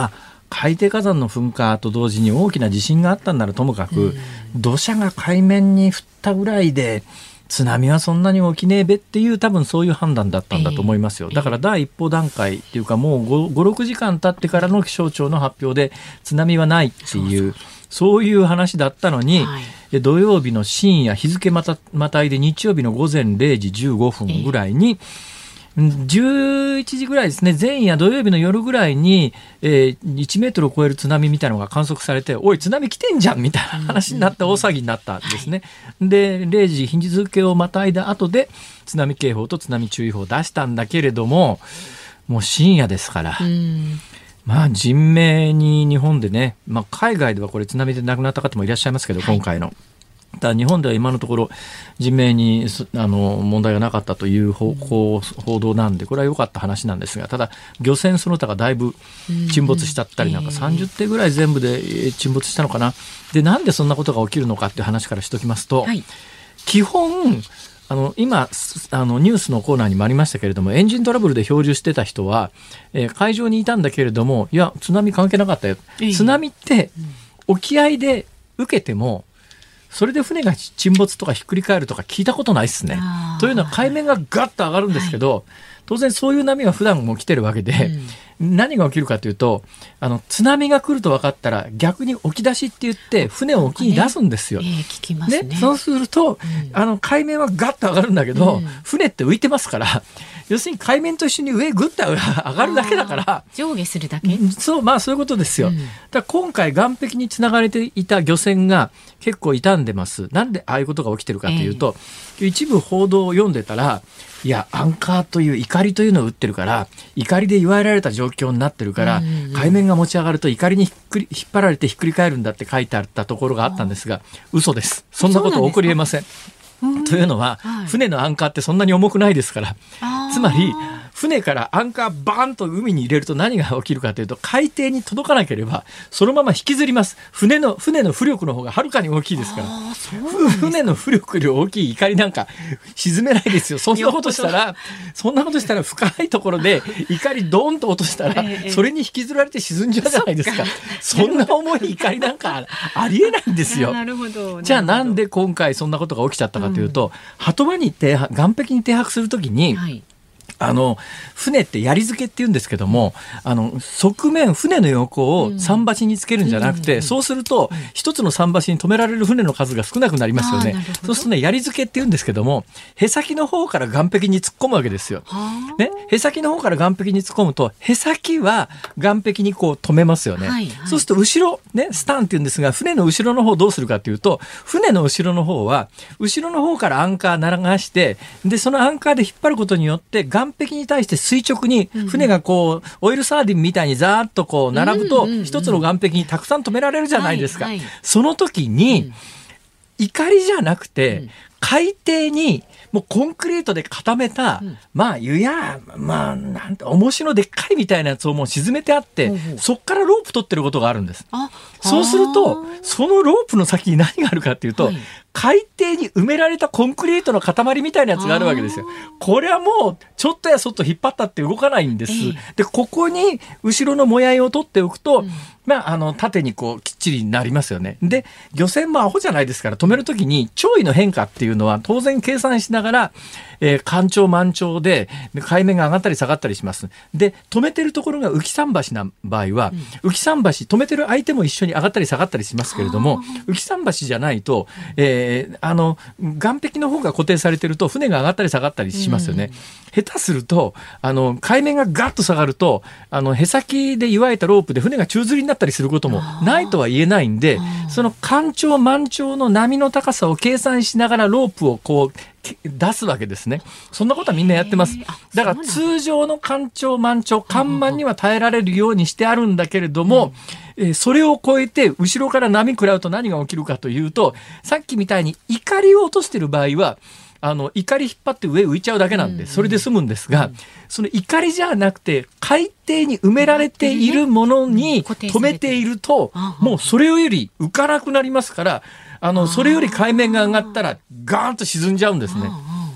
海底火山の噴火と同時に大きな地震があったんならともかく、土砂が海面に降ったぐらいで津波はそんなに起きねえべっていう多分そういう判断だったんだと思いますよ。だから第一歩段階っていうかもう 5,6 時間経ってからの気象庁の発表で津波はないっていうそういう話だったのに、土曜日の深夜日付またいで日曜日の午前0時15分ぐらいに、11時ぐらいですね、前夜土曜日の夜ぐらいに、1メートルを超える津波みたいなのが観測されて、おい津波来てんじゃんみたいな話になって大騒ぎになったんですね。で0時日付をまたいだ後で津波警報と津波注意報を出したんだけれども、もう深夜ですから、まあ人命に日本でね、海外ではこれ津波で亡くなった方もいらっしゃいますけど、今回のだ日本では今のところ人命に問題がなかったという報道なんで、これは良かった話なんですが、ただ漁船その他がだいぶ沈没しちゃったりなんか30艇ぐらい全部で沈没したのかな。でなんでそんなことが起きるのかっていう話からしておきますと、基本今ニュースのコーナーにもありましたけれども、エンジントラブルで漂流してた人は、海上にいたんだけれども、いや津波関係なかったよ、津波って沖合で受けてもそれで船が沈没とかひっくり返るとか聞いたことないですね。というのは海面がガッと上がるんですけど、当然そういう波は普段も来てるわけで、何が起きるかというと津波が来ると分かったら逆に沖出しって言って船を沖に出すんですよ。 聞きますね。 そうすると海面はガッと上がるんだけど、船って浮いてますから、要するに海面と一緒に上グッと上がるだけだから上下するだけ。 そういうことですよ。だから今回岸壁につながれていた漁船が結構傷んでます。なんでああいうことが起きてるかというと、一部報道を読んでたら、いやアンカーという怒りというのを打ってるから、怒りで祝えられた状況になってるから、海面が持ち上がると怒りに引っ張られてひっくり返るんだって書いてあったところがあったんですが、嘘です。そんなこと起こりえません。というのは、船のアンカーってそんなに重くないですから、つまり船からアンカーバーンと海に入れると何が起きるかというと、海底に届かなければそのまま引きずります。船の浮力の方がはるかに大きいですから。船の浮力より大きい怒りなんか沈めないですよ。そんなことしたら深いところで怒りドーンと落としたら、それに引きずられて沈んじゃうじゃないですか。そんな重い怒りなんかありえないんですよ。 なるほど。 じゃあなんで今回そんなことが起きちゃったかというと、鳩場に岸壁に停泊するときに、船って槍付けって言うんですけども、側面船の横を桟橋につけるんじゃなくて、そうすると一つの桟橋に止められる船の数が少なくなりますよね。そうするとね、槍付けって言うんですけども、へさきの方から岸壁に突っ込むわけですよ。へさきの方から岸壁に突っ込むと、へさきは岸壁にこう止めますよね。そうすると後ろね、スタンって言うんですが、船の後ろの方どうするかというと、船の後ろの方は後ろの方からアンカー流して、でそのアンカーで引っ張ることによって岸壁に対して垂直に船がこうオイルサーディンみたいにザーッとこう並ぶと、一つの岸壁にたくさん止められるじゃないですか。その時に怒りじゃなくて、海底にもうコンクリートで固めた、湯やなんて重しのでっかいみたいなやつをもう沈めてあって、そっからロープ取ってることがあるんです。そうするとそのロープの先に何があるかっていうと、海底に埋められたコンクリートの塊みたいなやつがあるわけですよ。これはもうちょっとやそっと引っ張ったって動かないんです。でここに後ろのもやいを取っておくと、縦にこうきっちりになりますよね。で漁船もアホじゃないですから、止めるときに潮位の変化っていうのは当然計算しながら、干潮満潮で海面が上がったり下がったりします。で止めてるところが浮き桟橋な場合は、浮き桟橋止めてる相手も一緒に上がったり下がったりしますけれども、浮き桟橋じゃないと、岸壁の方が固定されてると船が上がったり下がったりしますよね。下手すると海面がガッと下がるとへさきで祝えたロープで船が宙吊りになったりすることもないとは言えないんで、その干潮満潮の波の高さを計算しながらロープをこう出すわけですね。そんなことはみんなやってます。だから通常の干潮満潮干満には耐えられるようにしてあるんだけれども、それを超えて後ろから波食らうと何が起きるかというと、さっきみたいに怒りを落としている場合は怒り引っ張って上浮いちゃうだけなんでそれで済むんですが、その怒りじゃなくて海底に埋められているものに止めていると、もうそれより浮かなくなりますから、それより海面が上がったらガーンと沈んじゃうんですね。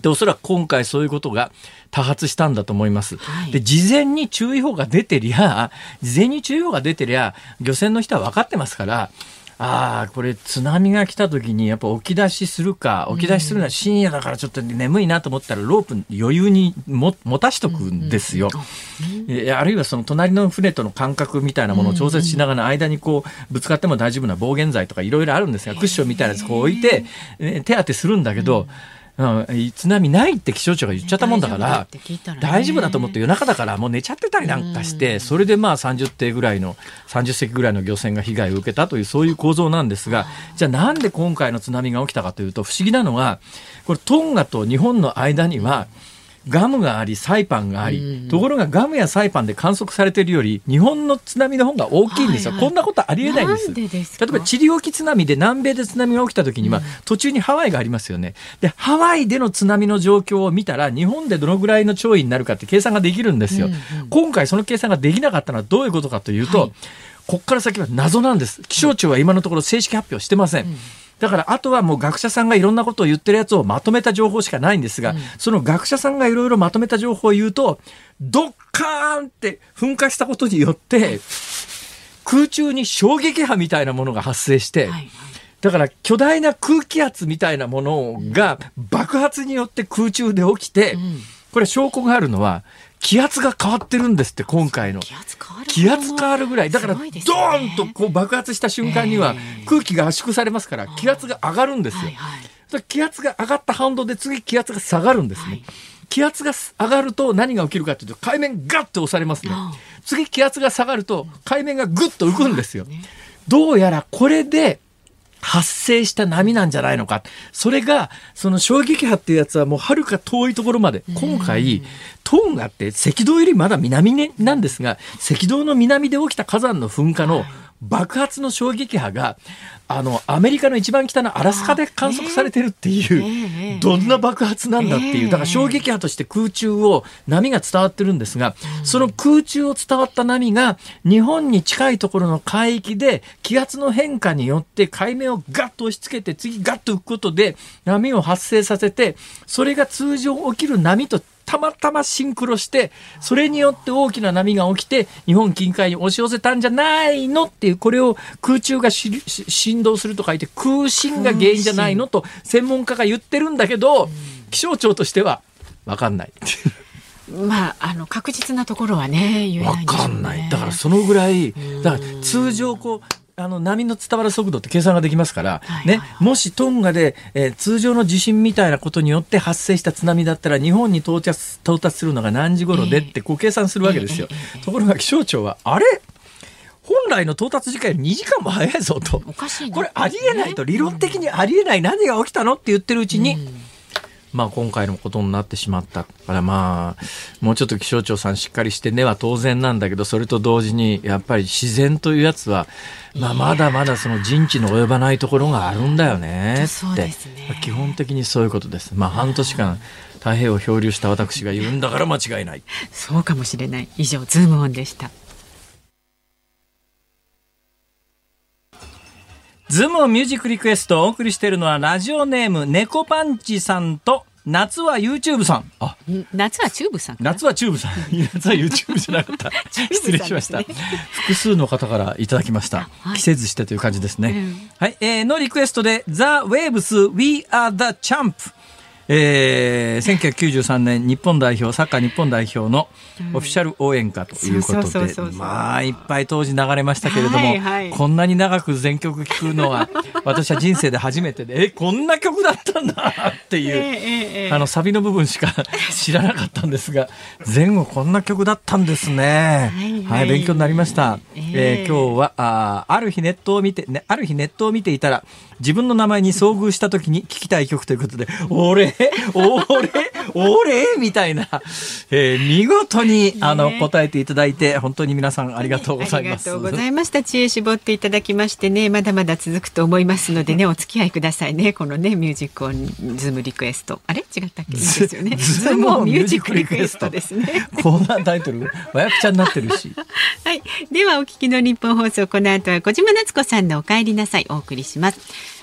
でおそらく今回そういうことが多発したんだと思います。で事前に注意報が出てりゃ漁船の人は分かってますから、これ津波が来た時にやっぱ置き出しするのは深夜だからちょっと眠いなと思ったらロープ余裕に持たしとくんですよ。あるいはその隣の船との間隔みたいなものを調節しながら間にこうぶつかっても大丈夫な防減剤とかいろいろあるんですが、クッションみたいなやつこう置いて手当てするんだけど、津波ないって気象庁が言っちゃったもんだから大丈夫だと思って夜中だからもう寝ちゃってたりなんかして、それで30隻ぐらいの漁船が被害を受けたというそういう構造なんですが、じゃあなんで今回の津波が起きたかというと、不思議なのはこれトンガと日本の間にはガムがありサイパンがあり、ところがガムやサイパンで観測されているより日本の津波の方が大きいんですよ。こんなことありえないんです。例えばチリ沖津波で南米で津波が起きた時には、途中にハワイがありますよね。でハワイでの津波の状況を見たら日本でどのぐらいの潮位になるかって計算ができるんですよ。今回その計算ができなかったのはどういうことかというと、こっから先は謎なんです。気象庁は今のところ正式発表してません。だからあとはもう学者さんがいろんなことを言ってるやつをまとめた情報しかないんですが、その学者さんがいろいろまとめた情報を言うと、ドッカーンって噴火したことによって空中に衝撃波みたいなものが発生して、だから巨大な空気圧みたいなものが爆発によって空中で起きて、これ証拠があるのは気圧が変わってるんですって。今回の気圧変わるぐらいだから、ドーンとこう爆発した瞬間には空気が圧縮されますから気圧が上がるんですよ。気圧が上がった反動で次気圧が下がるんですね。気圧が上がると何が起きるかというと海面ガッと押されますね。次気圧が下がると海面がグッと浮くんですよ。どうやらこれで発生した波なんじゃないのか。それがその衝撃波っていうやつはもうはるか遠いところまで、今回トンガって赤道よりまだ南なんですが、赤道の南で起きた火山の噴火の爆発の衝撃波がアメリカの一番北のアラスカで観測されてるっていう、どんな爆発なんだっていう、だから衝撃波として空中を波が伝わってるんですが、その空中を伝わった波が日本に近いところの海域で気圧の変化によって海面をガッと押し付けて次ガッと浮くことで波を発生させて、それが通常起きる波とたまたまシンクロして、それによって大きな波が起きて日本近海に押し寄せたんじゃないのっていう、これを空中が振動すると書いて空振が原因じゃないのと専門家が言ってるんだけど、気象庁としては分かんない確実なところはね言えないんでしょうね。 分かんない。だからそのぐらいだから通常こう波の伝わる速度って計算ができますから、もしトンガで、通常の地震みたいなことによって発生した津波だったら日本に到達するのが何時頃でってこう計算するわけですよ。ところが気象庁はあれ本来の到達時間より2時間も早いぞと、 おかしいな、 これありえないと、理論的にありえない、何が起きたのって言ってるうちに、今回のことになってしまったからもうちょっと気象庁さんしっかりしてねは当然なんだけど、それと同時にやっぱり自然というやつは、まだまだその人知の及ばないところがあるんだよねって、基本的にそういうことです。半年間太平洋漂流した私が言うんだから間違いない。 そうかもしれない。以上ズームオンでした。 ズームオンミュージックリクエストをお送りしているのはラジオネーム猫パンチさんと夏は YouTube さん。 夏はチューブさん。 夏はチューブさん。夏は YouTube じゃなかった。失礼しました。複数の方からいただきました。季節してという感じですね。はい、のリクエストで The Waves We Are the Champ。1993年日本代表サッカー日本代表のオフィシャル応援歌ということで、いっぱい当時流れましたけれども、こんなに長く全曲聴くのは私は人生で初めてで、こんな曲だったんだっていう、サビの部分しか知らなかったんですが、前後こんな曲だったんですね。勉強になりました。今日はある日ネットを見ていたら自分の名前に遭遇した時に聴きたい曲ということで、俺みたいな、見事に答えていただいて本当に皆さんありがとうございます。 ありがとうございました。知恵絞っていただきましてね、まだまだ続くと思いますのでね、お付き合いくださいね。このねミュージックオンズームリクエスト、あれ違ったっけ、いいですよね。ズームオンミュージックリクエストですね。 コーナータイトル和訳ちゃんになってるしはい、ではお聞きの日本放送、この後は小島夏子さんのお帰りなさいお送りします。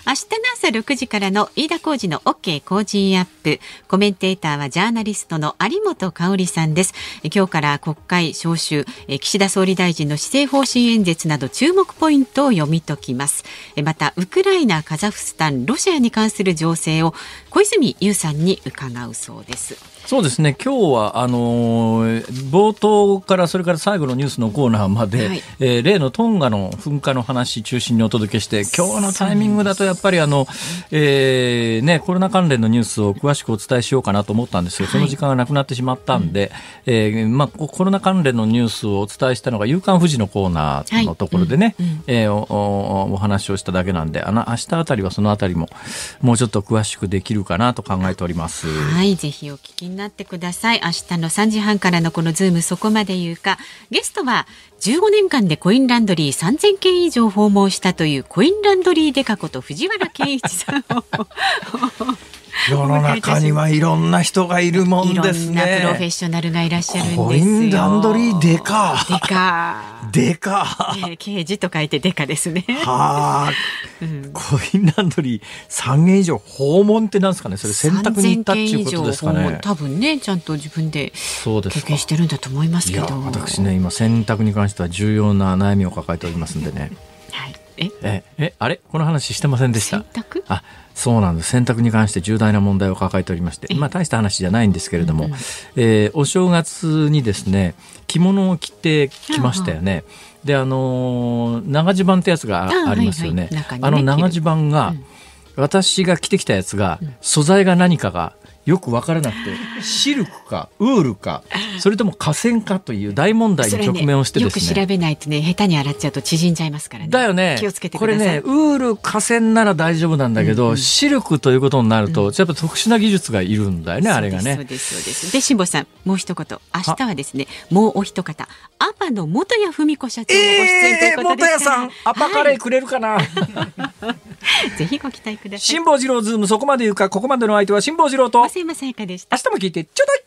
明日の朝6時からの飯田浩司の OK 工事アップ。コメンテーターはジャーナリストの有本香里さんです。今日から国会召集、岸田総理大臣の施政方針演説など注目ポイントを読み解きます。またウクライナ、カザフスタン、ロシアに関する情勢を小泉悠さんに伺うそうです。 そうですね、今日は冒頭からそれから最後のニュースのコーナーまで、はい、例のトンガの噴火の話中心にお届けして、今日のタイミングだとやっぱりコロナ関連のニュースを詳しくお伝えしようかなと思ったんですけど、その時間がなくなってしまったんで、コロナ関連のニュースをお伝えしたのが夕刊フジのコーナーのところでね、お話をしただけなんで、明日あたりはそのあたりももうちょっと詳しくできるかなと考えております。 はい、ぜひお聞きになってください。明日の3時半からのこのズームそこまで言うか、ゲストは15年間でコインランドリー3000件以上訪問したというコインランドリーデカこと藤原健一さんを世の中にはいろんな人がいるもんですね。 いろんなプロフェッショナルがいらっしゃるんですよ。 コインランドリーデカデカ、 刑事と書いてデカですね。 はあ、コインランドリー3件以上訪問ってなんですかね。それ選択に行ったっていうことですかね。 多分ね、ちゃんと自分で経験してるんだと思いますけど。 いや、私ね、今選択に関しては重要な悩みを抱えておりますんでね。 はい、 あれこの話してませんでした。 選択？ そうなんです。選択に関して重大な問題を抱えておりまして、大した話じゃないんですけれども、お正月にですね、着物を着てきましたよね。で、長襦袢ってやつがありますよね。長襦袢が、私が着てきたやつが、素材が何かがよく分からなくて、シルクかウールかそれとも化繊かという大問題に直面をしてですね、 よく調べないとね、下手に洗っちゃうと縮んじゃいますからね。 だよね。 気をつけてください。 これね、ウール化繊なら大丈夫なんだけど、シルクということになると、やっぱ特殊な技術がいるんだよね、あれがね。 そうです。で、辛坊さん、もう一言、明日はですね、もうお一方、アパの元谷文子社長のご出演ということですから、 元谷さん、アパカレーくれるかな。 ぜひご期待ください。 辛坊治郎ズームそこまで言うか。ここまでの相手は辛坊治郎と増山さやかでした。 明日も聞いてちょうだい。